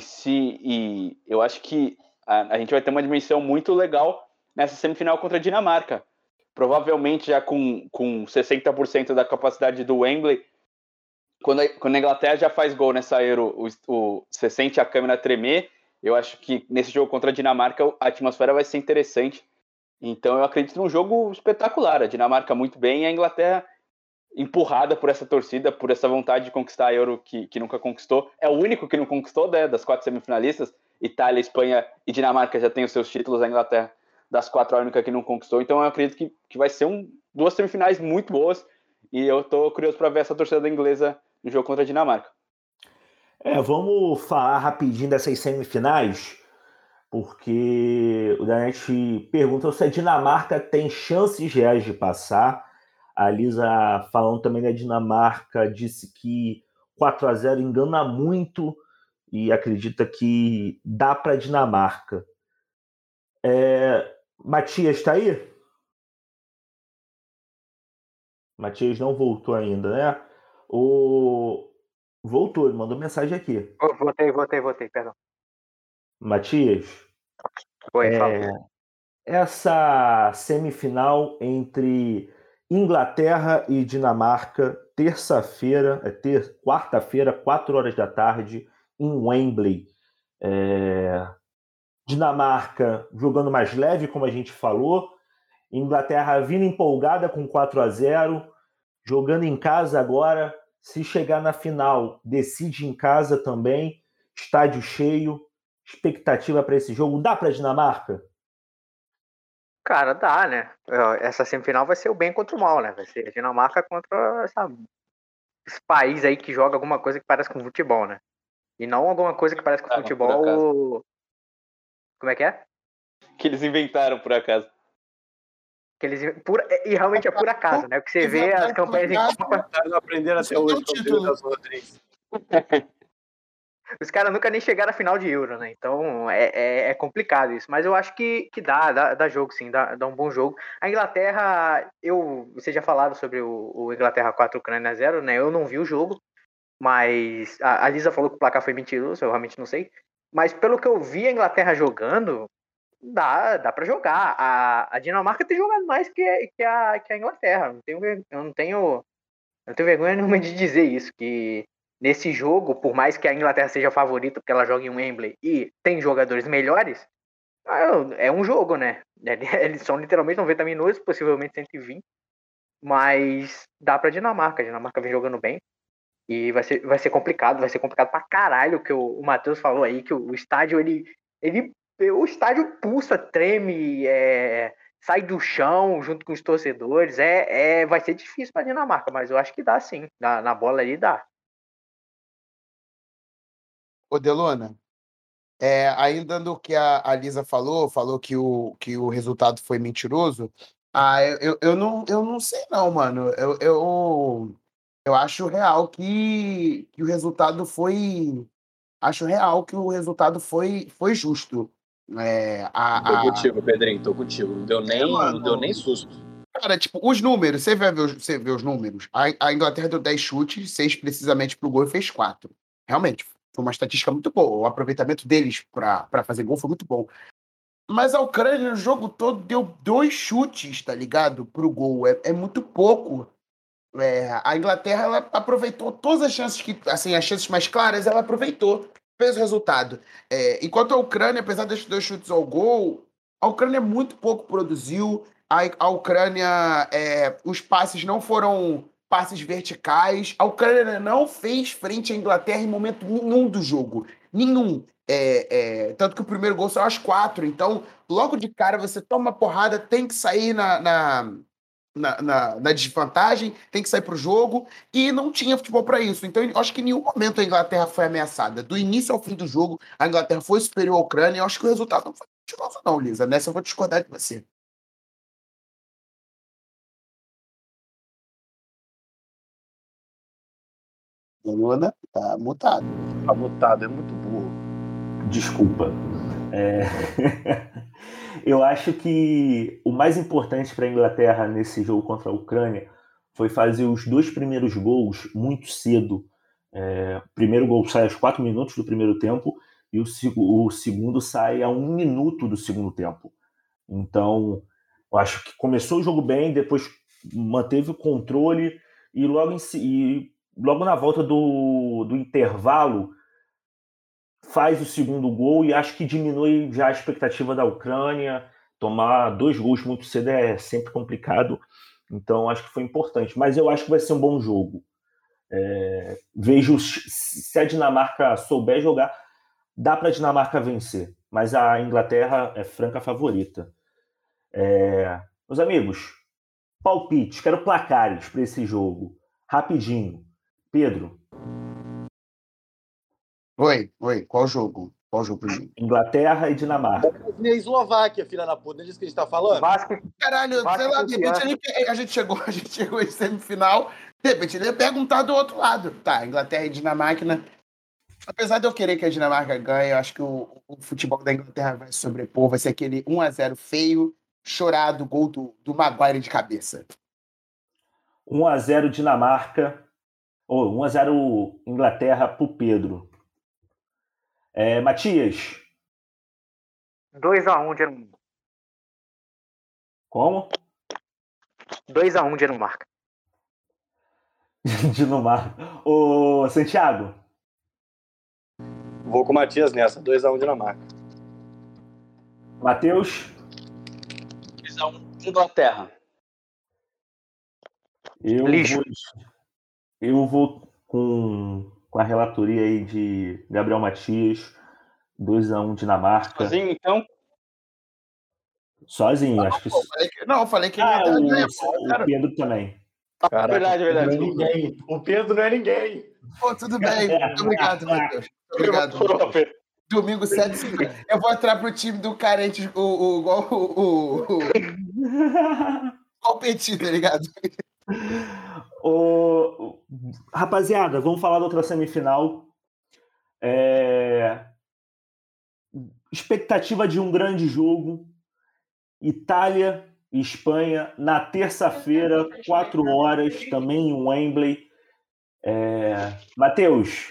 e eu acho que a gente vai ter uma dimensão muito legal nessa semifinal contra a Dinamarca. Provavelmente já com 60% da capacidade do Wembley. Quando a Inglaterra já faz gol nessa Euro, você sente a câmera tremer. Eu acho que nesse jogo contra a Dinamarca a atmosfera vai ser interessante. Então eu acredito num jogo espetacular. A Dinamarca muito bem e a Inglaterra empurrada por essa torcida, por essa vontade de conquistar a Euro que nunca conquistou. É o único que não conquistou, né, das 4 semifinalistas. Itália, Espanha e Dinamarca já têm os seus títulos. A Inglaterra, das 4, a única que não conquistou. Então eu acredito que vai ser 2 semifinais muito boas. E eu tô curioso para ver essa torcida inglesa no jogo contra a Dinamarca. Vamos falar rapidinho dessas semifinais, porque o Danete pergunta se a Dinamarca tem chances reais de passar. A Lisa, falando também da Dinamarca, disse que 4-0 engana muito e acredita que dá para a Dinamarca. Matias está aí? Matias não voltou ainda, né? Voltou, ele mandou mensagem aqui. Voltei, perdão. Matias, Fala. Essa semifinal entre Inglaterra e Dinamarca, quarta-feira, 4 horas da tarde, em Wembley. Dinamarca jogando mais leve, como a gente falou. Inglaterra vindo empolgada com 4-0, jogando em casa agora. Se chegar na final, decide em casa também. Estádio cheio. Expectativa para esse jogo. Dá para a Dinamarca? Cara, dá, né? Essa semifinal vai ser o bem contra o mal, né? Vai ser a Dinamarca contra esse país aí que joga alguma coisa que parece com futebol, né? E não alguma coisa que parece com futebol Como é que é? Que eles inventaram, por acaso. E realmente é por acaso, né? Porque você vê as campanhas em Copa. Não aprenderam até hoje com o Pedro das Rodrigues. Os caras nunca nem chegaram à final de Euro, né? Então é complicado isso. Mas eu acho que dá jogo, sim, dá um bom jogo. A Inglaterra, vocês já falaram sobre o Inglaterra 4, Ucrânia 0, né? Eu não vi o jogo, mas a Lisa falou que o placar foi mentiroso, eu realmente não sei. Mas pelo que eu vi a Inglaterra jogando, dá pra jogar. A Dinamarca tem jogado mais que a Inglaterra. Eu não tenho vergonha nenhuma de dizer isso, que nesse jogo, por mais que a Inglaterra seja a favorita, porque ela joga em Wembley e tem jogadores melhores, é um jogo, né? Eles são literalmente 90 minutos, possivelmente 120, mas dá pra Dinamarca. A Dinamarca vem jogando bem e vai ser complicado pra caralho, que o Matheus falou aí, que o estádio, o estádio pulsa, treme, sai do chão junto com os torcedores. Vai ser difícil pra Dinamarca, mas eu acho que dá sim. Na bola ali dá. Ô, Delona, ainda no que a Lisa falou que o resultado foi mentiroso. Eu não sei não, mano. Eu acho real que o resultado foi... Acho real que o resultado foi justo. Tô contigo, Pedrinho, tô contigo. Não deu nem susto. Cara, tipo, os números, você vê os números. A Inglaterra deu 10 chutes, 6 precisamente pro gol e fez 4. Realmente, foi uma estatística muito boa. O aproveitamento deles para fazer gol foi muito bom. Mas a Ucrânia, no jogo todo, deu 2 chutes, tá ligado? Pro gol. É muito pouco. A Inglaterra, ela aproveitou todas as chances assim, as chances mais claras, ela aproveitou. Fez o resultado. Enquanto a Ucrânia, apesar dos 2 chutes ao gol, a Ucrânia muito pouco produziu. A Ucrânia, os passes não foram passes verticais. A Ucrânia não fez frente à Inglaterra em momento nenhum do jogo. Nenhum. Tanto que o primeiro gol saiu às 4. Então, logo de cara, você toma porrada, tem que sair na desvantagem, tem que sair pro jogo, e não tinha futebol para isso. Então, eu acho que em nenhum momento a Inglaterra foi ameaçada. Do início ao fim do jogo, a Inglaterra foi superior à Ucrânia, e eu acho que o resultado não foi mentiroso não, Lisa. Nessa eu vou discordar de você. Delona, tá mutado. Tá mutado, é muito burro. Desculpa. Eu acho que o mais importante para a Inglaterra nesse jogo contra a Ucrânia foi fazer os 2 primeiros gols muito cedo. O primeiro gol sai aos 4 minutos do primeiro tempo e o segundo sai a 1 minuto do segundo tempo. Então, eu acho que começou o jogo bem, depois manteve o controle e logo na volta do intervalo faz o segundo gol, e acho que diminui já a expectativa da Ucrânia. Tomar 2 gols muito cedo é sempre complicado, então acho que foi importante. Mas eu acho que vai ser um bom jogo. Vejo, se a Dinamarca souber jogar, dá para a Dinamarca vencer, mas a Inglaterra é franca favorita. Meus amigos, palpites, quero placares para esse jogo. Rapidinho. Pedro. Oi, qual jogo? Qual jogo pro mim? Inglaterra e Dinamarca. E a Eslováquia, filha da puta, não é disso que a gente tá falando? Caralho, sei lá, de repente a gente chegou em semifinal, de repente ele ia perguntar do outro lado. Tá, Inglaterra e Dinamarca, né? Apesar de eu querer que a Dinamarca ganhe, eu acho que o futebol da Inglaterra vai sobrepor, vai ser aquele 1-0 feio, chorado, gol do Maguire de cabeça. 1-0 Dinamarca, ou 1-0 Inglaterra pro Pedro. Matias. 2-1 Dinamarca. Como? 2-1 Dinamarca. Dinamarca. Ô, Santiago. Vou com o Matias nessa, 2-1 Dinamarca. Matheus. 2-1 Inglaterra. Eu vou com a relatoria aí de Gabriel Matias, 2-1 Dinamarca. Sozinho, então? Sozinho, acho que... Eu falei que a Inglaterra ganha. O Pedro também. Caraca, verdade. O Pedro não é ninguém. Pô, tudo bem. Muito obrigado, Matheus. Obrigado. Domingo 7h50. Eu vou entrar pro time do carente, igual o Petit, tá ligado? Rapaziada, vamos falar da outra semifinal. Expectativa de um grande jogo. Itália e Espanha na terça-feira, 4 horas, também em Wembley. Matheus,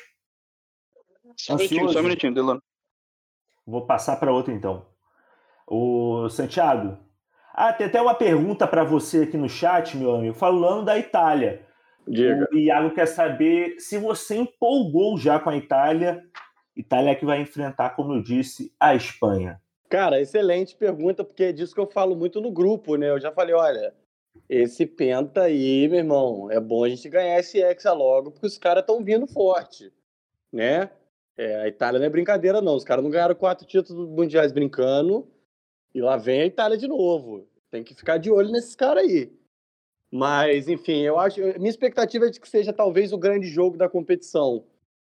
Só um minutinho, Delano. Vou passar para outro, então. O Santiago. Tem até uma pergunta para você aqui no chat, meu amigo, falando da Itália. Diga. O Iago quer saber se você empolgou já com a Itália. Itália que vai enfrentar, como eu disse, a Espanha. Cara, excelente pergunta, porque é disso que eu falo muito no grupo, né? Eu já falei, olha, esse penta aí, meu irmão, é bom a gente ganhar esse Hexa logo, porque os caras estão vindo forte, né? A Itália não é brincadeira, não. Os caras não ganharam 4 títulos mundiais brincando, e lá vem a Itália de novo. Tem que ficar de olho nesses caras aí. Mas, enfim, eu acho... Minha expectativa é de que seja talvez o grande jogo da competição.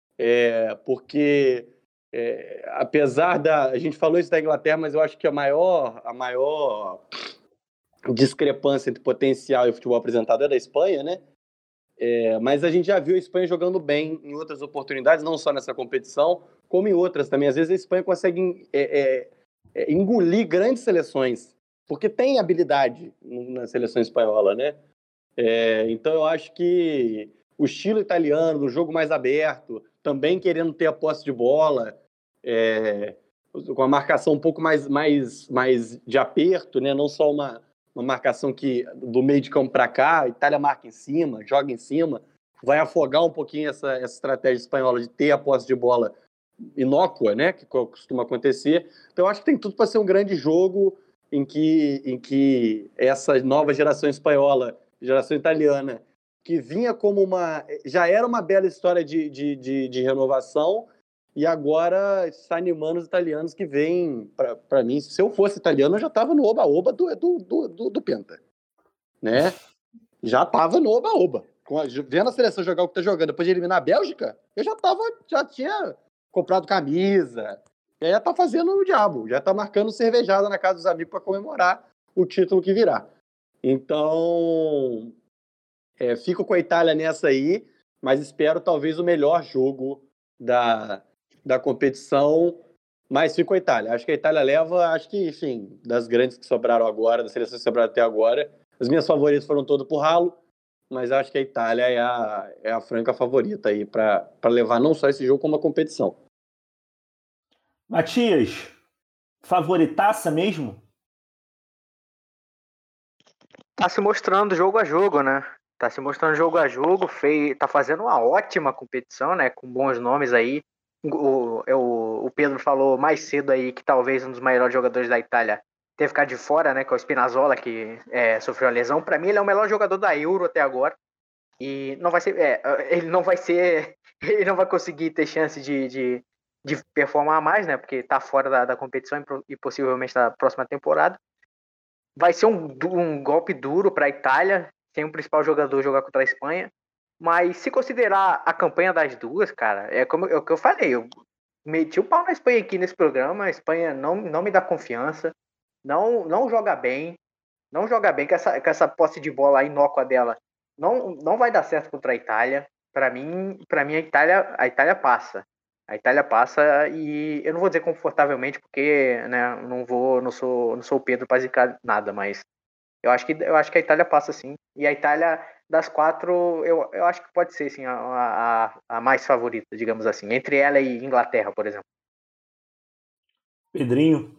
Porque... apesar a gente falou isso da Inglaterra, mas eu acho que a maior discrepância entre potencial e futebol apresentado é da Espanha, né? Mas a gente já viu a Espanha jogando bem em outras oportunidades, não só nessa competição, como em outras também. Às vezes a Espanha consegue engolir grandes seleções, porque tem habilidade na seleção espanhola, né? Então eu acho que o estilo italiano, do jogo mais aberto, também querendo ter a posse de bola, com a marcação um pouco mais de aperto, né? Não só uma marcação que do meio de campo para cá, a Itália marca em cima, joga em cima, vai afogar um pouquinho essa estratégia espanhola de ter a posse de bola inócua, né? Que costuma acontecer. Então eu acho que tem tudo para ser um grande jogo em que essa nova geração espanhola, geração italiana, que vinha como já era uma bela história de renovação, e agora está animando os italianos que vêm, para mim, se eu fosse italiano, eu já estava no oba-oba do Penta, né? Já estava no oba-oba. Vendo a seleção jogar o que está jogando, depois de eliminar a Bélgica, eu já tinha comprado camisa, já está fazendo o diabo, já está marcando cervejada na casa dos amigos para comemorar o título que virá. Então... fico com a Itália nessa aí, mas espero talvez o melhor jogo da competição, mas fico com a Itália. Acho que a Itália leva, enfim, das grandes que sobraram agora, das seleções que sobraram até agora. As minhas favoritas foram todas pro ralo, mas acho que a Itália é a franca favorita aí para levar não só esse jogo, como a competição. Matias, favoritaça mesmo? Tá se mostrando jogo a jogo, né? Tá se mostrando jogo a jogo, tá fazendo uma ótima competição, né? Com bons nomes aí. O Pedro falou mais cedo aí que talvez um dos maiores jogadores da Itália tenha ficado de fora, né? Que é o Spinazzola, que sofreu a lesão. Para mim, ele é o melhor jogador da Euro até agora. E não vai ser. Ele não vai conseguir ter chance de performar mais, né? Porque tá fora da competição e possivelmente na próxima temporada. Vai ser um golpe duro para a Itália, sem o principal jogador jogar contra a Espanha. Mas se considerar a campanha das duas, cara, é o que eu falei. Eu meti o pau na Espanha aqui nesse programa. A Espanha não me dá confiança, não joga bem. Não joga bem com essa posse de bola inócua dela. Não vai dar certo contra a Itália. Para mim a Itália passa. A Itália passa e eu não vou dizer confortavelmente porque, né, não sou o Pedro para zicar nada, mas eu acho que a Itália passa sim. E a Itália das 4, eu acho que pode ser sim a mais favorita, digamos assim, entre ela e Inglaterra, por exemplo. Pedrinho.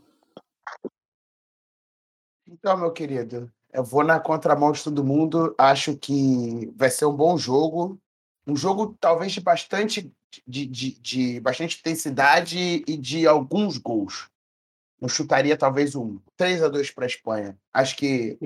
Então, meu querido, eu vou na contramão de todo mundo. Acho que vai ser um bom jogo. Um jogo talvez de bastante intensidade e de alguns gols. Eu chutaria talvez 3-2 para a Espanha. Acho que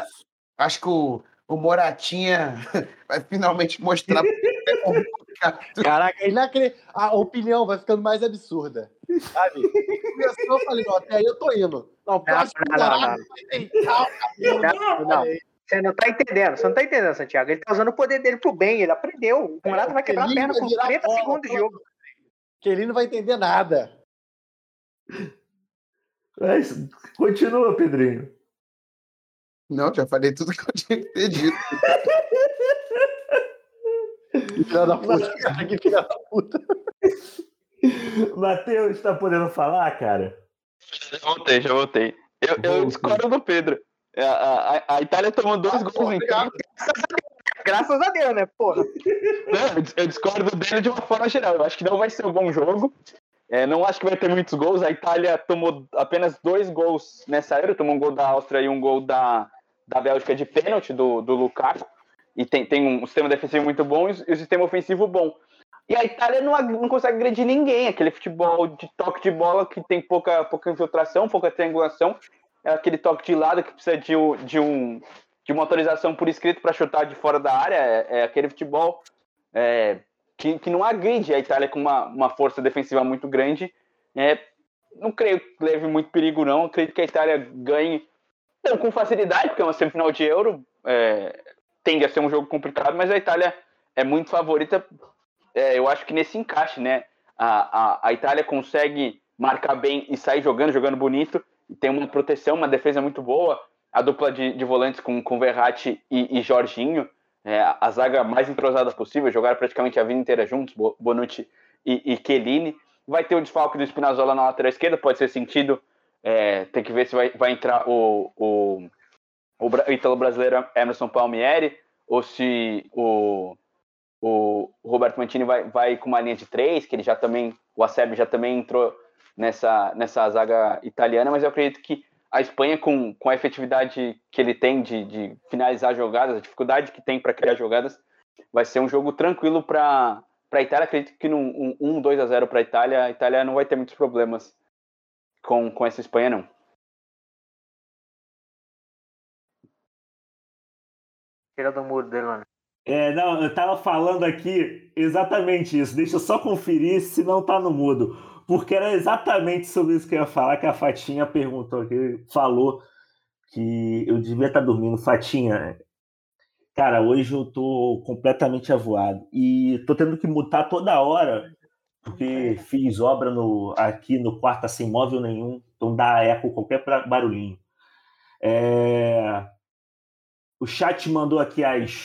o Moratinha vai finalmente mostrar. Caraca, a opinião vai ficando mais absurda. Sabe? Começou, eu falei, até aí eu tô indo. Não, porque eu acho que o Moratinha tem calma. Não. Você não tá entendendo, Santiago. Ele tá usando o poder dele pro bem, ele aprendeu. O Morata vai quebrar a perna com 30 segundos de jogo. Que ele não vai entender nada. Mas continua, Pedrinho. Não, já falei tudo que eu tinha que ter dito. Que filha da puta, cara, que filha da puta. Matheus, tá podendo falar, cara? Já voltei. Eu discordo do Pedro. A Itália tomou 2 gols em campo. Graças a Deus, né, porra? Não, eu discordo dele de uma forma geral. Eu acho que não vai ser um bom jogo. Não acho que vai ter muitos gols. A Itália tomou apenas 2 gols nessa Euro. Tomou um gol da Áustria e um gol da Bélgica de pênalti do Lukaku. E tem um sistema defensivo muito bom e um sistema ofensivo bom. E a Itália não consegue agredir ninguém. Aquele futebol de toque de bola que tem pouca infiltração, pouca triangulação. É aquele toque de lado que precisa de uma autorização por escrito para chutar de fora da área. É aquele futebol que não agride a Itália com uma força defensiva muito grande. Não creio que leve muito perigo, não. Acredito que a Itália ganhe com facilidade, porque é uma semifinal de Euro. Tende a ser um jogo complicado, mas a Itália é muito favorita. Eu acho que nesse encaixe, né? A Itália consegue marcar bem e sair jogando bonito. Tem uma proteção, uma defesa muito boa. A dupla de volantes com Verratti e Jorginho. A zaga mais entrosada possível. Jogaram praticamente a vida inteira juntos, Bonucci e Chiellini. Vai ter o desfalque do Spinazzola na lateral esquerda, pode ser sentido. Tem que ver se vai entrar o ítalo-brasileiro Emerson Palmieri ou se o Roberto Mancini vai com uma linha de 3, que ele já também, o Acerbi já também entrou nessa zaga italiana, mas eu acredito que a Espanha, com a efetividade que ele tem de finalizar jogadas, a dificuldade que tem para criar jogadas, vai ser um jogo tranquilo para a Itália. Acredito que num 1-2-0 para a Itália não vai ter muitos problemas com essa Espanha, não. Tira do muro, Delano. Não, eu tava falando aqui exatamente isso. Deixa eu só conferir se não tá no mudo. Porque era exatamente sobre isso que eu ia falar, que a Fatinha falou que eu devia estar dormindo. Fatinha, cara, hoje eu tô completamente avoado. E tô tendo que mutar toda hora, porque fiz obra aqui no quarto sem móvel nenhum, então dá eco qualquer barulhinho. O chat mandou aqui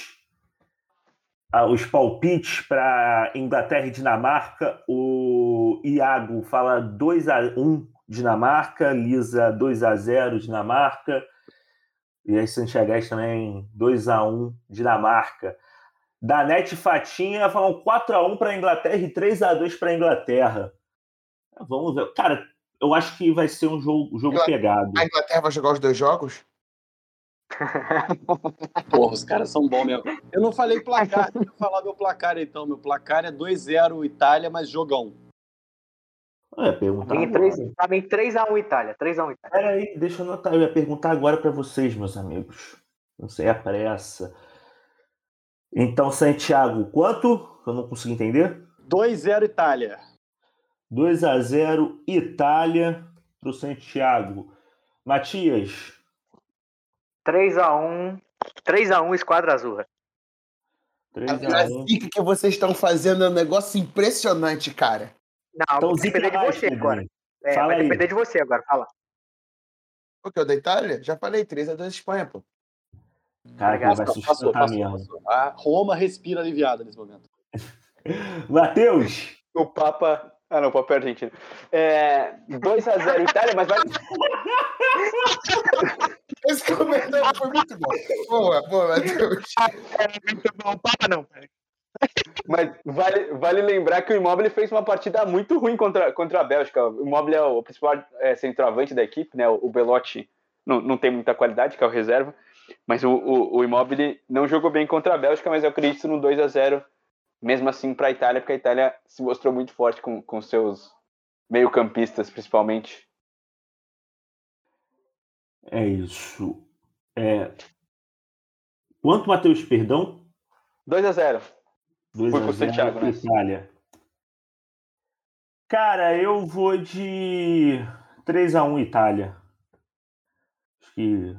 os palpites para Inglaterra e Dinamarca. O Iago fala 2-1 Dinamarca, Lisa 2-0 Dinamarca, e aí Santiago também 2-1 Dinamarca. Danete e Fatinha falam 4-1 para a Inglaterra e 3-2 para a Inglaterra. Vamos ver. Cara, eu acho que vai ser um jogo pegado. A Inglaterra vai jogar os 2 jogos? Porra, os caras são bons mesmo. Eu não falei placar, deixa eu falar meu placar então. Meu placar é 2-0 Itália, mas jogão. Perguntar Pra mim, 3-1 Itália. 3-1 Itália. Peraí, deixa eu anotar. Eu ia perguntar agora para vocês, meus amigos. Não sei a pressa. Então, Santiago, quanto? Eu não consigo entender. 2-0 Itália. 2-0 Itália pro Santiago. Matias. 3-1 Esquadra Azurra. A zica que vocês estão fazendo é um negócio impressionante, cara. Não, Então, vai depender de você agora. Vai depender de você agora, fala. O que, o da Itália? Já falei, 3-2 Espanha, pô. Cara, que vai sustentar mesmo. A Roma respira aliviada nesse momento. Matheus. O Papa... não, o Papa é argentino. 2-0 Itália, mas vai... Esse comentário foi muito bom. Boa, Matheus. Muito bom, Papa não. Mas vale lembrar que o Immobile fez uma partida muito ruim contra a Bélgica. O Immobile é o principal centroavante da equipe, né? O Belotti não tem muita qualidade, que é o reserva. Mas o Immobile não jogou bem contra a Bélgica, mas eu acredito no 2-0, mesmo assim, para a Itália, porque a Itália se mostrou muito forte com seus meio-campistas, principalmente. É isso. Quanto, Matheus, perdão? 2-0. 2-0 para Itália. Cara, eu vou de 3-1 Itália. Acho que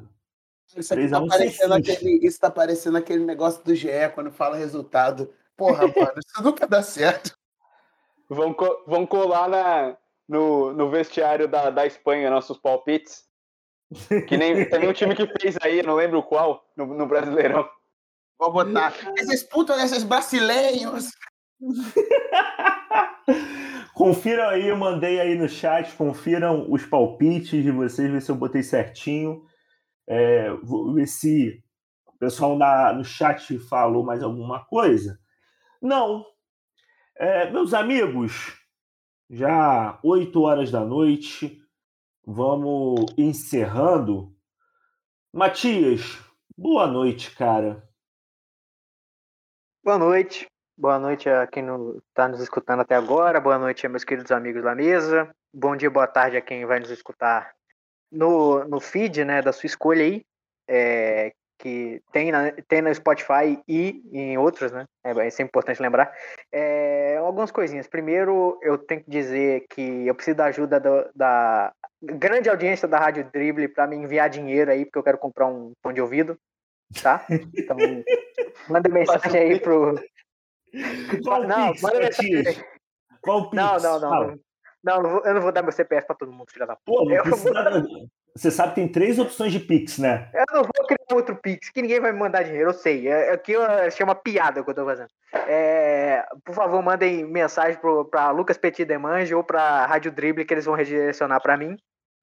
isso tá parecendo aquele negócio do GE, quando fala resultado. Porra, mano, isso nunca dá certo. Vão colar no vestiário da Espanha, nossos palpites. Que nem teve um time que fez aí, não lembro qual, no Brasileirão. Vou botar. Esses brasileiros. Confiram aí, eu mandei aí no chat, confiram os palpites de vocês, ver se eu botei certinho. Vou ver se o pessoal no chat falou mais alguma coisa. Não. Meus amigos, já 8 horas da noite, vamos encerrando. Matias, boa noite, cara. Boa noite. Boa noite a quem está nos escutando até agora. Boa noite a meus queridos amigos da mesa. Bom dia, boa tarde a quem vai nos escutar no feed, né, da sua escolha aí, que tem no Spotify e em outros, né? Isso é importante lembrar. Algumas coisinhas. Primeiro, eu tenho que dizer que eu preciso da ajuda da grande audiência da Rádio Drible para me enviar dinheiro aí, porque eu quero comprar um fone de ouvido, tá? Então, manda mensagem aí pro... Qual não, Pix, manda Matias? mensagem. Qual Pix? Não, eu não vou dar meu CPF pra todo mundo, filha da Pô, puta. Você sabe que tem 3 opções de Pix, né? Eu não vou criar outro Pix, que ninguém vai me mandar dinheiro, eu sei. Aqui chama piada o que eu tô fazendo. Por favor, mandem mensagem pra Lucas Petit Demange ou pra Rádio Drible, que eles vão redirecionar pra mim.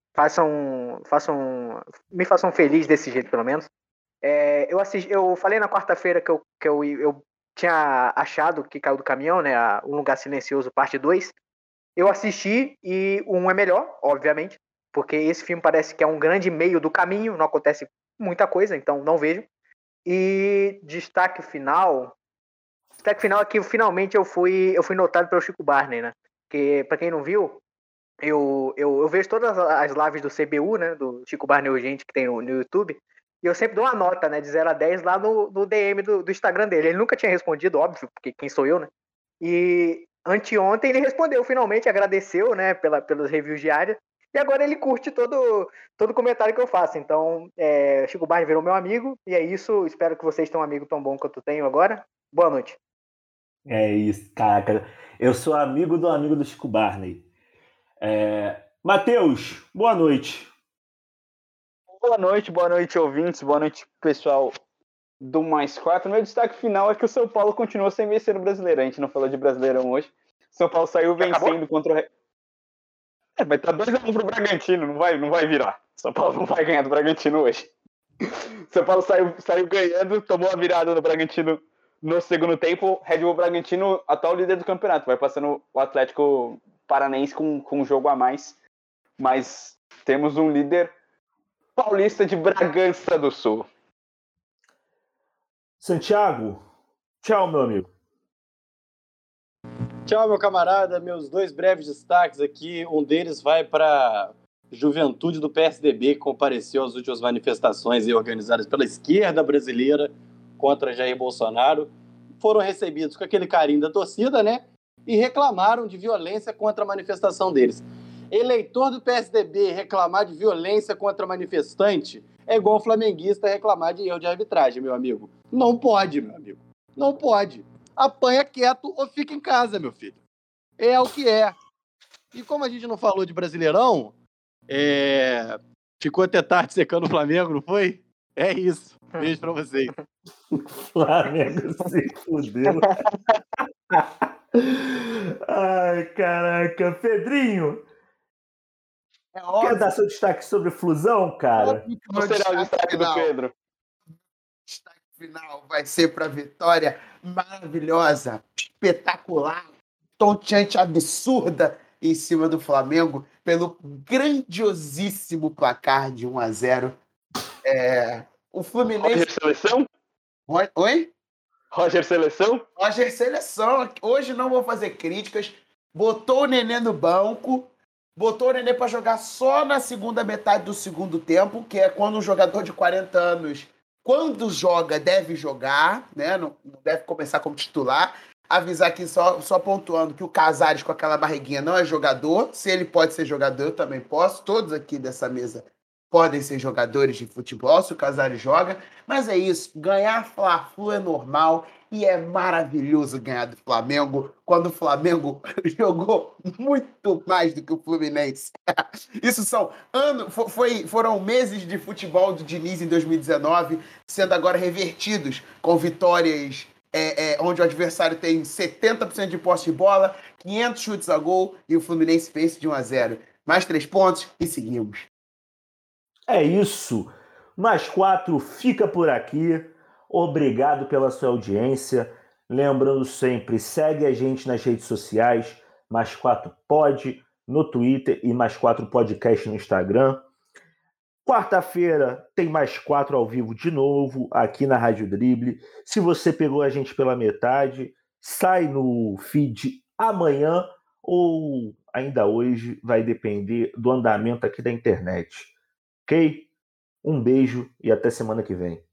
Me façam feliz desse jeito, pelo menos. Eu falei na quarta-feira que eu tinha achado que caiu do caminhão, né? Um Lugar Silencioso, parte 2. Eu assisti e um é melhor, obviamente, porque esse filme parece que é um grande meio do caminho, não acontece muita coisa, então não vejo. E destaque final é que finalmente eu fui notado pelo Chico Barney, né? Porque, pra quem não viu, eu vejo todas as lives do CBU, né? Do Chico Barney Urgente que tem no YouTube, e eu sempre dou uma nota, né? De 0 a 10 lá no DM do Instagram dele. Ele nunca tinha respondido, óbvio, porque quem sou eu, né? E anteontem ele respondeu, finalmente, agradeceu, né, pelos reviews diários, e agora ele curte todo comentário que eu faço. Então, Chico Barney virou meu amigo, e é isso. Espero que vocês tenham um amigo tão bom quanto eu tenho agora. Boa noite. É isso, caraca. Eu sou amigo do Chico Barney. Matheus, boa noite. Boa noite, ouvintes. Boa noite, pessoal do Mais 4. Meu destaque final é que o São Paulo continua sem vencer no Brasileiro. A gente não falou de Brasileirão hoje. São Paulo saiu vencendo contra o... vai estar 2-1 pro Bragantino, não vai virar. São Paulo não vai ganhar do Bragantino hoje. São Paulo saiu ganhando, tomou a virada do Bragantino no segundo tempo. Red Bull Bragantino, atual líder do campeonato. Vai passando o Atlético Paranaense com um jogo a mais. Mas temos um líder paulista de Bragança do Sul. Santiago, tchau, meu amigo. Tchau, meu camarada. Meus 2 breves destaques aqui. Um deles vai para Juventude do PSDB, que compareceu às últimas manifestações organizadas pela esquerda brasileira contra Jair Bolsonaro. Foram recebidos com aquele carinho da torcida, né? E reclamaram de violência contra a manifestação deles. Eleitor do PSDB reclamar de violência contra manifestante é igual o flamenguista reclamar de erro de arbitragem, meu amigo. Não pode, meu amigo. Não pode. Apanha quieto ou fica em casa, meu filho. É o que é. E como a gente não falou de Brasileirão, ficou até tarde secando o Flamengo, não foi? É isso. Beijo pra vocês. Flamengo se fudeu. Ai, caraca. Pedrinho, quer dar seu destaque sobre Flusão, cara? Qual será o destaque do Pedro? O destaque final vai ser para a vitória maravilhosa, espetacular, tonteante, absurda em cima do Flamengo, pelo grandiosíssimo placar de 1-0. O Fluminense... Roger Seleção? Oi? Roger Seleção? Roger Seleção. Hoje não vou fazer críticas. Botou o Nenê no banco, botou o Nenê para jogar só na segunda metade do segundo tempo, que é quando um jogador de 40 anos, quando joga, deve jogar, né? Não deve começar como titular. Avisar aqui, só pontuando, que o Casares com aquela barriguinha não é jogador. Se ele pode ser jogador, eu também posso. Todos aqui dessa mesa podem ser jogadores de futebol, se o Casares joga, mas é isso, ganhar Fla-Flu é normal e é maravilhoso ganhar do Flamengo, quando o Flamengo jogou muito mais do que o Fluminense. Isso foram meses de futebol do Diniz em 2019, sendo agora revertidos com vitórias onde o adversário tem 70% de posse de bola, 500 chutes a gol e o Fluminense vence de 1-0. Mais 3 pontos e seguimos. É isso. Mais 4 fica por aqui. Obrigado pela sua audiência. Lembrando sempre, segue a gente nas redes sociais, Mais 4 Pod no Twitter e Mais 4 Podcast no Instagram. Quarta-feira tem Mais 4 ao vivo de novo aqui na Rádio Drible. Se você pegou a gente pela metade, sai no feed amanhã ou ainda hoje, vai depender do andamento aqui da internet. Ok? Um beijo e até semana que vem.